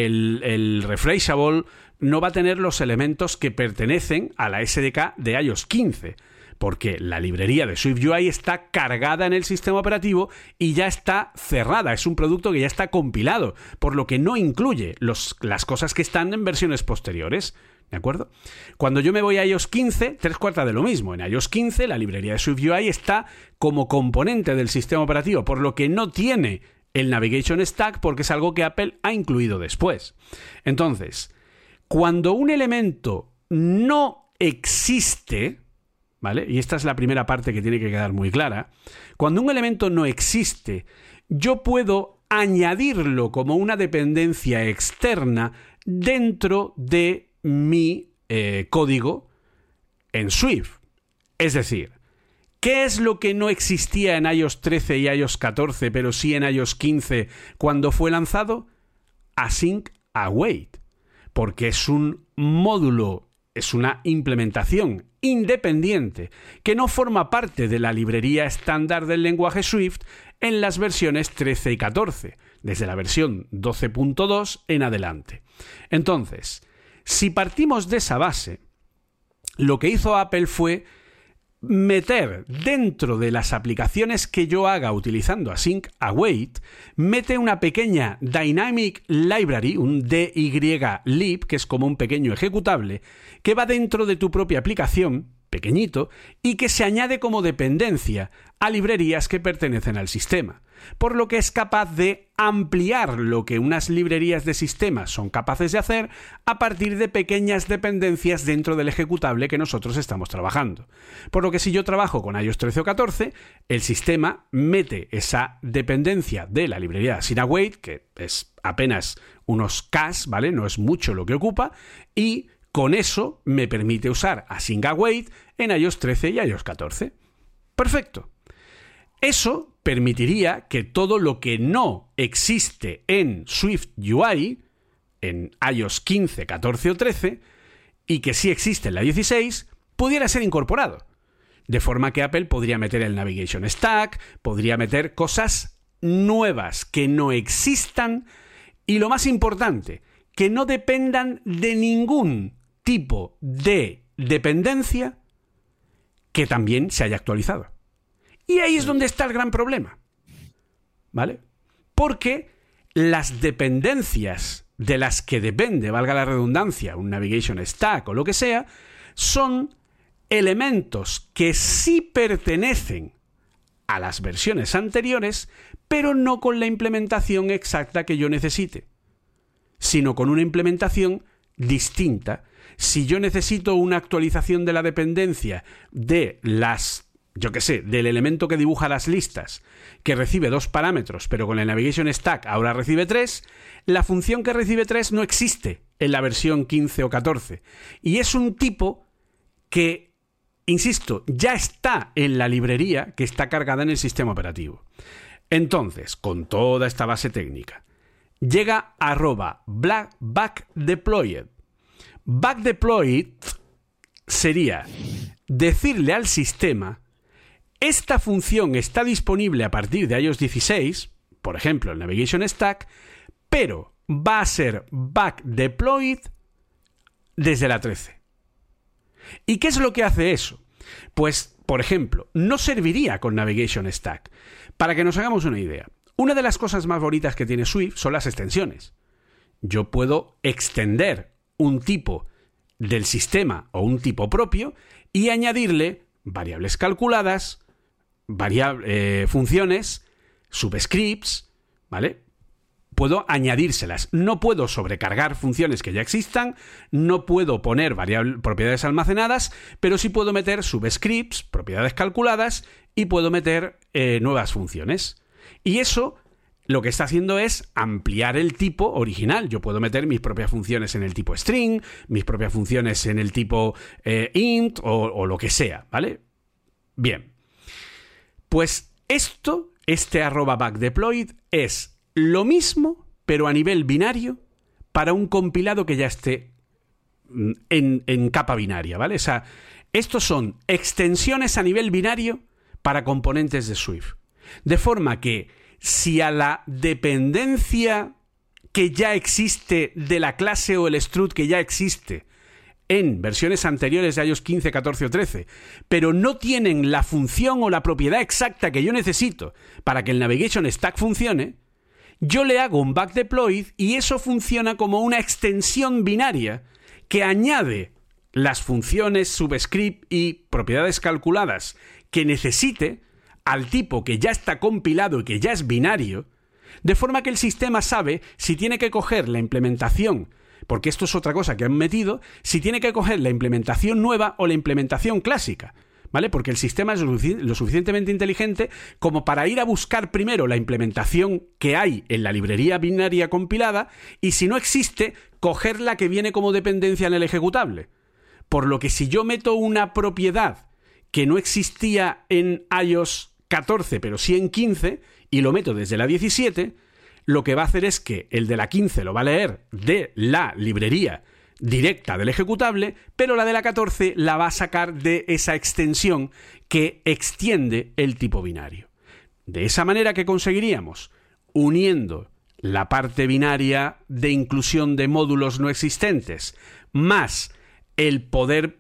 el Refreshable, no va a tener los elementos que pertenecen a la SDK de iOS 15, porque la librería de SwiftUI está cargada en el sistema operativo y ya está cerrada, es un producto que ya está compilado, por lo que no incluye las cosas que están en versiones posteriores. ¿De acuerdo? Cuando yo me voy a iOS 15, 3/4 de lo mismo. En iOS 15 la librería de SwiftUI está como componente del sistema operativo, por lo que no tiene el Navigation Stack porque es algo que Apple ha incluido después. Entonces, cuando un elemento no existe, ¿vale? Y esta es la primera parte que tiene que quedar muy clara. Cuando un elemento no existe, yo puedo añadirlo como una dependencia externa dentro de mi código en Swift. Es decir, ¿qué es lo que no existía en iOS 13 y iOS 14, pero sí en iOS 15 cuando fue lanzado? Async Await, porque es un módulo, es una implementación independiente que no forma parte de la librería estándar del lenguaje Swift en las versiones 13 y 14, desde la versión 12.2 en adelante. Entonces, si partimos de esa base, lo que hizo Apple fue meter dentro de las aplicaciones que yo haga utilizando Async Await, mete una pequeña Dynamic Library, un DYLib, que es como un pequeño ejecutable, que va dentro de tu propia aplicación, pequeñito, y que se añade como dependencia a librerías que pertenecen al sistema, por lo que es capaz de ampliar lo que unas librerías de sistemas son capaces de hacer a partir de pequeñas dependencias dentro del ejecutable que nosotros estamos trabajando. Por lo que si yo trabajo con iOS 13 o 14, el sistema mete esa dependencia de la librería Async Await, que es apenas unos Ks, ¿vale? No es mucho lo que ocupa, y con eso me permite usar Async Await en iOS 13 y iOS 14. Perfecto. Eso permitiría que todo lo que no existe en SwiftUI, en iOS 15, 14 o 13, y que sí existe en la 16, pudiera ser incorporado. De forma que Apple podría meter el Navigation Stack, podría meter cosas nuevas que no existan y, lo más importante, que no dependan de ningún tipo de dependencia que también se haya actualizado. Y ahí es donde está el gran problema, ¿vale? Porque las dependencias de las que depende, valga la redundancia, un Navigation Stack o lo que sea, son elementos que sí pertenecen a las versiones anteriores, pero no con la implementación exacta que yo necesite, sino con una implementación distinta. Si yo necesito una actualización de la dependencia de del elemento que dibuja las listas, que recibe 2 parámetros, pero con el Navigation Stack ahora recibe 3, la función que recibe 3 no existe en la versión 15 o 14. Y es un tipo que insisto, ya está en la librería que está cargada en el sistema operativo. Entonces, con toda esta base técnica, llega @backdeployed. Backdeployed sería decirle al sistema: esta función está disponible a partir de iOS 16, por ejemplo, el Navigation Stack, pero va a ser backdeployed desde la 13. ¿Y qué es lo que hace eso? Pues, por ejemplo, no serviría con Navigation Stack. Para que nos hagamos una idea, una de las cosas más bonitas que tiene Swift son las extensiones. Yo puedo extender un tipo del sistema o un tipo propio y añadirle variables calculadas, funciones, subscripts, ¿vale? Puedo añadírselas. No puedo sobrecargar funciones que ya existan, no puedo poner propiedades almacenadas, pero sí puedo meter subscripts, propiedades calculadas, y puedo meter nuevas funciones. Y eso lo que está haciendo es ampliar el tipo original. Yo puedo meter mis propias funciones en el tipo string, mis propias funciones en el tipo int o lo que sea, ¿vale? Bien. Pues este @backdeployed es lo mismo, pero a nivel binario, para un compilado que ya esté en capa binaria, ¿vale? O sea, estos son extensiones a nivel binario para componentes de Swift. De forma que si a la dependencia que ya existe de la clase o el struct que ya existe en versiones anteriores de iOS 15, 14 o 13, pero no tienen la función o la propiedad exacta que yo necesito para que el Navigation Stack funcione, yo le hago un backdeployed y eso funciona como una extensión binaria que añade las funciones, subscript y propiedades calculadas que necesite al tipo que ya está compilado y que ya es binario, de forma que el sistema sabe si tiene que coger la implementación, porque esto es otra cosa que han metido, si tiene que coger la implementación nueva o la implementación clásica, ¿vale? Porque el sistema es lo suficientemente inteligente como para ir a buscar primero la implementación que hay en la librería binaria compilada y, si no existe, coger la que viene como dependencia en el ejecutable. Por lo que si yo meto una propiedad que no existía en iOS 14, pero sí en 15, y lo meto desde la 17, lo que va a hacer es que el de la 15 lo va a leer de la librería directa del ejecutable, pero la de la 14 la va a sacar de esa extensión que extiende el tipo binario. De esa manera, ¿qué conseguiríamos? Uniendo la parte binaria de inclusión de módulos no existentes, más el poder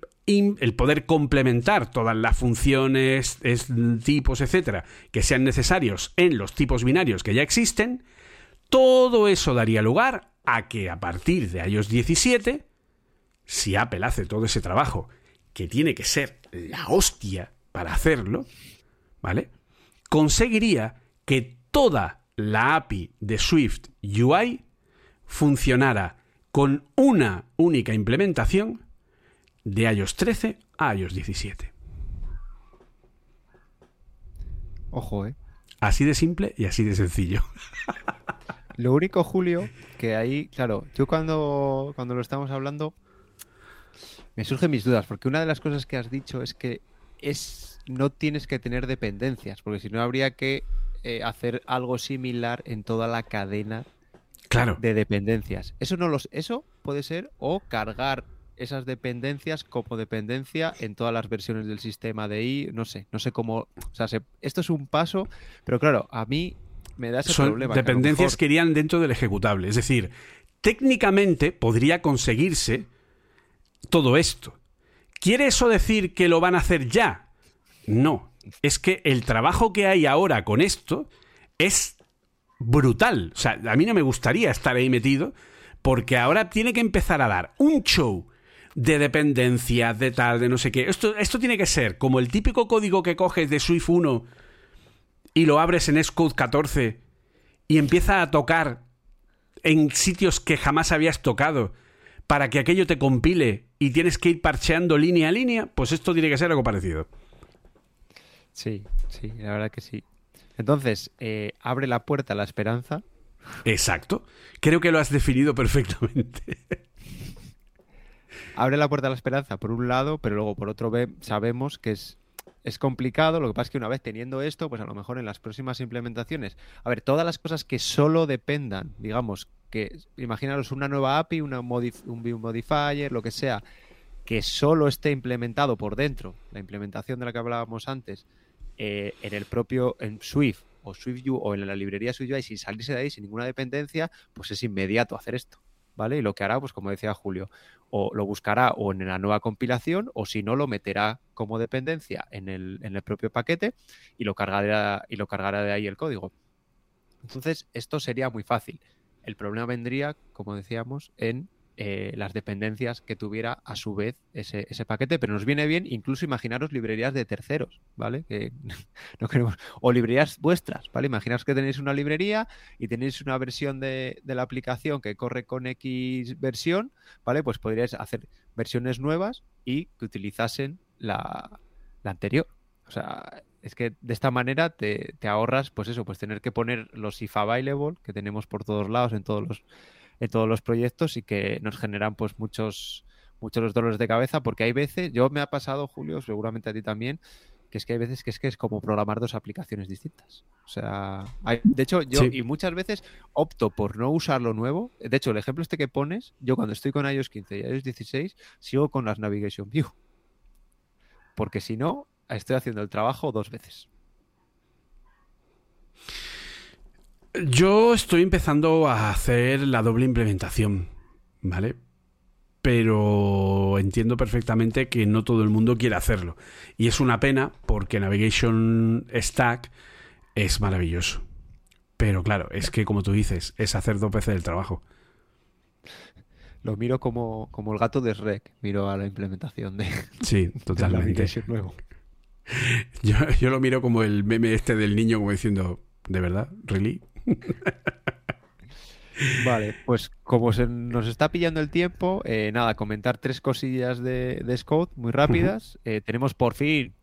complementar todas las funciones, tipos, etcétera, que sean necesarios en los tipos binarios que ya existen. Todo eso daría lugar a que a partir de iOS 17, si Apple hace todo ese trabajo, que tiene que ser la hostia para hacerlo, ¿vale?, conseguiría que toda la API de Swift UI funcionara con una única implementación de iOS 13 a iOS 17. Ojo, ¿eh? Así de simple y así de sencillo. Lo único, Julio, que ahí, claro, yo cuando lo estamos hablando, me surgen mis dudas, porque una de las cosas que has dicho es que no tienes que tener dependencias, porque si no habría que hacer algo similar en toda la cadena, claro, de dependencias. Eso puede ser, o cargar esas dependencias como dependencia en todas las versiones del sistema de I, no sé cómo, o sea, esto es un paso, pero claro, a mí me da ese problema. Son dependencias que irían dentro del ejecutable, es decir, técnicamente podría conseguirse todo esto. ¿Quiere eso decir que lo van a hacer ya? No, es que el trabajo que hay ahora con esto es brutal. O sea, a mí no me gustaría estar ahí metido, porque ahora tiene que empezar a dar un show de dependencias, de tal, de no sé qué. Esto tiene que ser como el típico código que coges de Swift 1 y lo abres en Xcode 14 y empieza a tocar en sitios que jamás habías tocado para que aquello te compile y tienes que ir parcheando línea a línea. Pues esto tiene que ser algo parecido. Sí, la verdad que sí. Entonces, abre la puerta a la esperanza. Exacto. Creo que lo has definido perfectamente. abre la puerta a la esperanza por un lado, pero luego por otro sabemos que es complicado. Lo que pasa es que una vez teniendo esto, pues a lo mejor en las próximas implementaciones, a ver, todas las cosas que solo dependan, digamos, que imaginaros una nueva API, un view modifier, lo que sea, que solo esté implementado por dentro, la implementación de la que hablábamos antes, en Swift o SwiftUI o en la librería SwiftUI, sin salirse de ahí, sin ninguna dependencia, pues es inmediato hacer esto, ¿vale? Y lo que hará, pues como decía Julio, o lo buscará o en la nueva compilación, o si no, lo meterá como dependencia en el propio paquete y lo cargará de ahí el código. Entonces, esto sería muy fácil. El problema vendría, como decíamos, en las dependencias que tuviera a su vez ese paquete, pero nos viene bien incluso imaginaros librerías de terceros, ¿vale? Que no queremos, o librerías vuestras, ¿vale? Imaginaos que tenéis una librería y tenéis una versión de la aplicación que corre con X versión, ¿vale? Pues podríais hacer versiones nuevas y que utilizasen la anterior. O sea, es que de esta manera te ahorras, pues eso, pues tener que poner los if available que tenemos por todos lados en todos los proyectos y que nos generan pues muchos dolores de cabeza, porque hay veces, yo me ha pasado, Julio, seguramente a ti también, que es que hay veces que es como programar dos aplicaciones distintas. O sea, de hecho, yo y muchas veces opto por no usar lo nuevo. De hecho, el ejemplo que pones, yo cuando estoy con iOS 15 y iOS 16 sigo con las Navigation View. Porque si no, estoy haciendo el trabajo dos veces. Yo estoy empezando a hacer la doble implementación, ¿vale? Pero entiendo perfectamente que no todo el mundo quiere hacerlo. Y es una pena porque Navigation Stack es maravilloso. Pero claro, es que como tú dices, es hacer dos veces el trabajo. Lo miro como el gato de Shrek, miro a la implementación de sí, totalmente. De Navigation nuevo. Yo lo miro como el meme este del niño como diciendo, ¿de verdad? ¿Really? Vale, pues como se nos está pillando el tiempo, nada, comentar tres cosillas de Xcode muy rápidas. Tenemos por fin,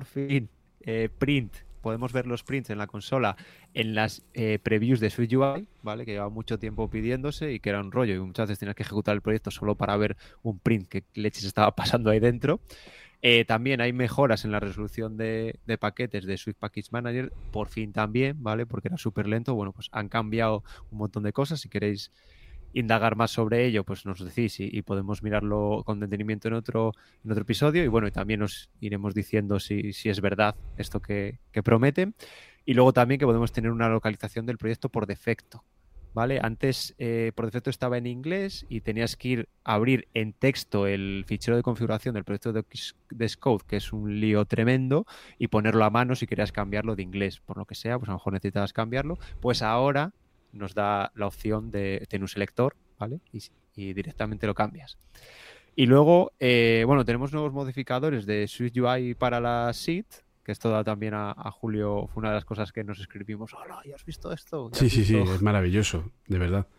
print. Podemos ver los prints en la consola en las previews de SwiftUI, ¿vale? Que lleva mucho tiempo pidiéndose y que era un rollo y muchas veces tenías que ejecutar el proyecto solo para ver un print que leches estaba pasando ahí dentro. También hay mejoras en la resolución de paquetes de Swift Package Manager, por fin también, ¿vale? Porque era súper lento. Bueno, pues han cambiado un montón de cosas. Si queréis indagar más sobre ello, pues nos decís y podemos mirarlo con detenimiento en otro episodio. Y bueno, y también os iremos diciendo si es verdad esto que prometen. Y luego también que podemos tener una localización del proyecto por defecto, ¿vale? Antes por defecto estaba en inglés y tenías que abrir en texto el fichero de configuración del proyecto de Xcode, que es un lío tremendo, y ponerlo a mano si querías cambiarlo de inglés, por lo que sea, pues a lo mejor necesitabas cambiarlo. Pues ahora nos da la opción de tener un selector, ¿vale? Y directamente lo cambias. Y luego, bueno, tenemos nuevos modificadores de SwiftUI para la SID, que esto da también a Julio, fue una de las cosas que nos escribimos. Hola, ¿ya has visto esto? Sí, es maravilloso, de verdad.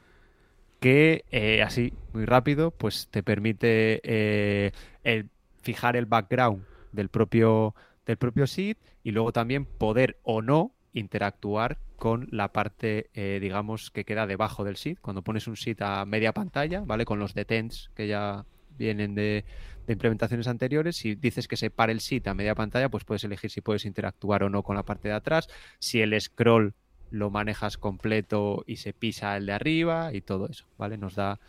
Que así, muy rápido, pues te permite fijar el background del propio SID y luego también poder o no interactuar con la parte, digamos, que queda debajo del SID. Cuando pones un SID a media pantalla, ¿vale? Con los detents que ya vienen de implementaciones anteriores, si dices que se pare el SID a media pantalla, pues puedes elegir si puedes interactuar o no con la parte de atrás. Si el scroll lo manejas completo y se pisa el de arriba y todo eso, ¿vale? Nos da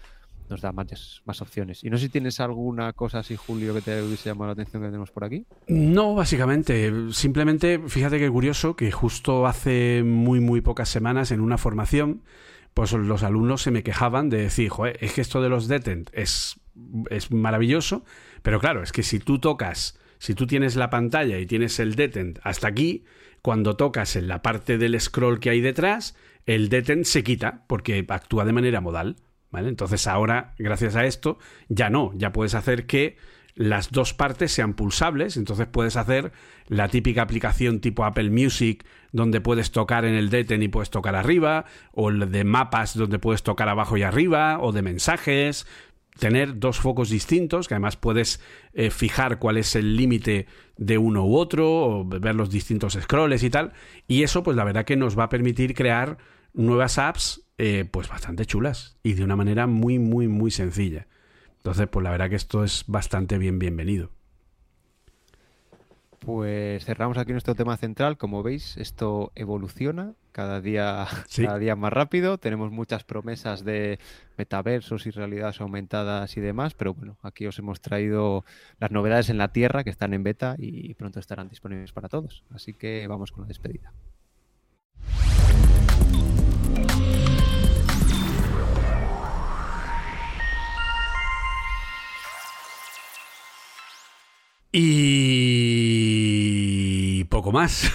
más opciones. Y no sé si tienes alguna cosa así, Julio, que te hubiese llamado la atención que tenemos por aquí. No, básicamente. Simplemente, fíjate qué curioso que justo hace muy pocas semanas en una formación, pues los alumnos se me quejaban de decir, joder, es que esto de los detent es maravilloso, pero claro, es que si tú tienes la pantalla y tienes el detent hasta aquí, cuando tocas en la parte del scroll que hay detrás, el detent se quita porque actúa de manera modal, ¿vale? Entonces ahora, gracias a esto, ya puedes hacer que las dos partes sean pulsables. Entonces puedes hacer la típica aplicación tipo Apple Music donde puedes tocar en el detent y puedes tocar arriba, o el de mapas donde puedes tocar abajo y arriba, o de mensajes. Tener dos focos distintos, que además puedes fijar cuál es el límite de uno u otro, o ver los distintos scrolls y tal. Y eso, pues la verdad que nos va a permitir crear nuevas apps pues bastante chulas y de una manera muy sencilla. Entonces, pues la verdad que esto es bastante bienvenido. Pues cerramos aquí nuestro tema central. Como veis, esto evoluciona cada día más rápido. Tenemos muchas promesas de metaversos y realidades aumentadas y demás, pero bueno, aquí os hemos traído las novedades en la Tierra que están en beta y pronto estarán disponibles para todos. Así que vamos con la despedida. Y poco más.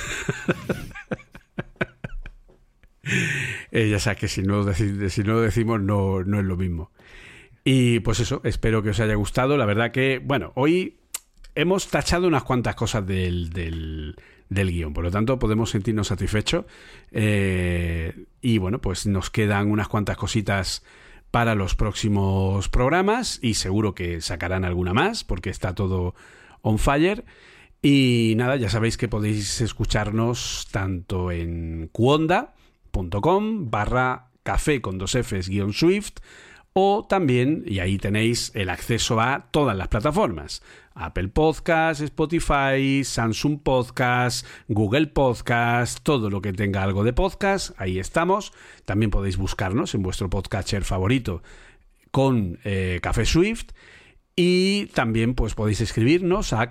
Ya sabes que si no lo decimos no es lo mismo. Y pues eso, espero que os haya gustado. La verdad que, bueno, hoy hemos tachado unas cuantas cosas del guión, por lo tanto podemos sentirnos satisfechos. Y bueno, pues nos quedan unas cuantas cositas para los próximos programas y seguro que sacarán alguna más porque está todo on fire. Y nada, ya sabéis que podéis escucharnos tanto en cuonda.com/café con 2Fs-Swift o también, y ahí tenéis el acceso a todas las plataformas: Apple Podcast, Spotify, Samsung Podcast, Google Podcast, todo lo que tenga algo de podcast, ahí estamos. También podéis buscarnos en vuestro podcatcher favorito con Café Swift. Y también pues podéis escribirnos a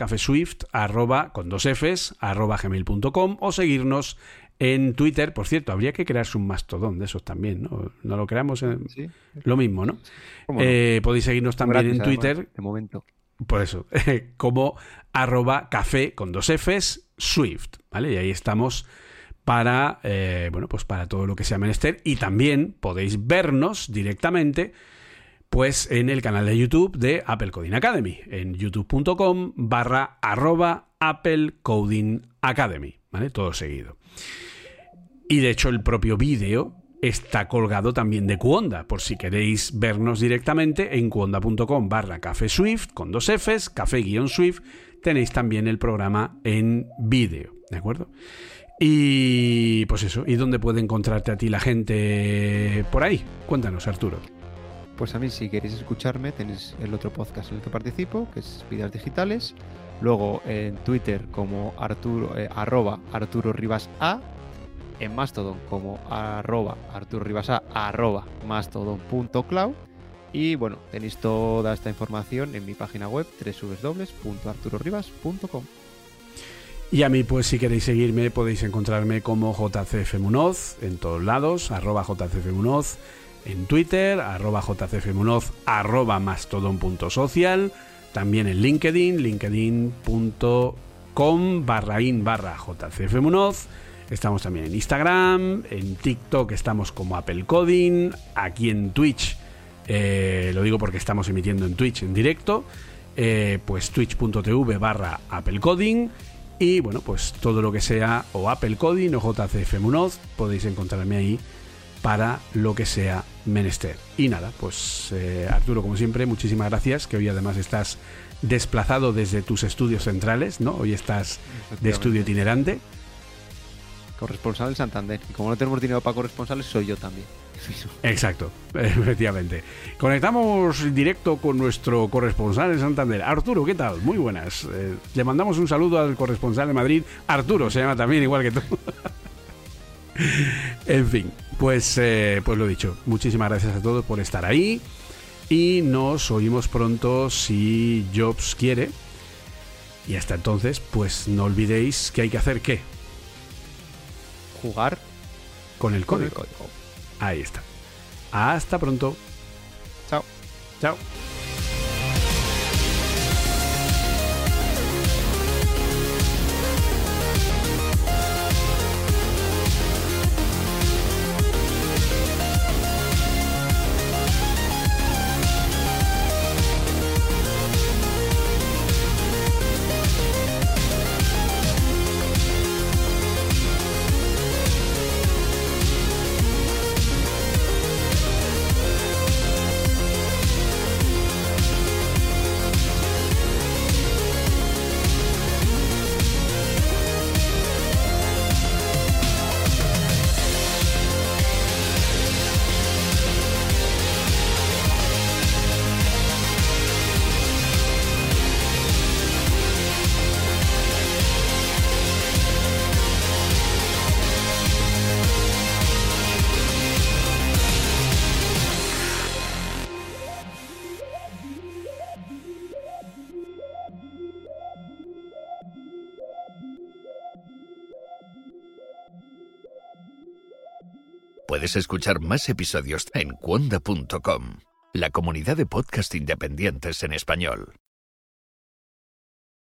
cafeswift@gmail.com o seguirnos en Twitter. Por cierto, habría que crearse un mastodón de esos también, ¿no? No lo creamos Sí. Lo mismo, ¿no? No? Podéis seguirnos también gratis, en Twitter. Además, de momento. Por eso, como @café con 2Fs Swift, ¿vale? Y ahí estamos para, pues para todo lo que sea menester. Y también podéis vernos directamente pues en el canal de YouTube de Apple Coding Academy, en youtube.com/@Apple Coding Academy, ¿vale? Todo seguido. Y de hecho el propio vídeo está colgado también de Cuonda, por si queréis vernos directamente en cuonda.com/Café Swift, con 2Fs, Café-Swift, tenéis también el programa en vídeo, ¿de acuerdo? Y pues eso, ¿y dónde puede encontrarte a ti la gente por ahí? Cuéntanos, Arturo. Pues a mí, si queréis escucharme, tenéis el otro podcast en el que participo, que es Vidas Digitales. Luego en Twitter como @Arturo Rivas A. En Mastodon como @Arturo Rivas A, @mastodon.cloud. Y bueno, tenéis toda esta información en mi página web www.arturorivas.com. Y a mí, pues si queréis seguirme, podéis encontrarme como JCFMunoz en todos lados, @JCFMunoz. En Twitter, @JCFMunoz, @mastodon.social, también en LinkedIn, linkedin.com/in/JCFMunoz. Estamos también en Instagram, en TikTok estamos como Apple Coding, aquí en Twitch, lo digo porque estamos emitiendo en Twitch en directo, pues twitch.tv/Apple Coding. Y bueno, pues todo lo que sea o Apple Coding o JCFMunoz, podéis encontrarme ahí para lo que sea menester. Y nada, pues Arturo, como siempre, muchísimas gracias, que hoy además estás desplazado desde tus estudios centrales, ¿no? Hoy estás de estudio itinerante. Corresponsal en Santander. Y como no tenemos dinero para corresponsales, soy yo también. Exacto, efectivamente. Conectamos directo con nuestro corresponsal en Santander. Arturo, ¿qué tal? Muy buenas. Le mandamos un saludo al corresponsal de Madrid. Arturo se llama también, igual que tú. En fin, pues lo dicho, muchísimas gracias a todos por estar ahí y nos oímos pronto si Jobs quiere. Y hasta entonces, pues no olvidéis que hay que hacer ¿qué? Jugar con el código. Ahí está. Hasta pronto. Chao. Chao. Puedes escuchar más episodios en cuonda.com, la comunidad de podcast independientes en español.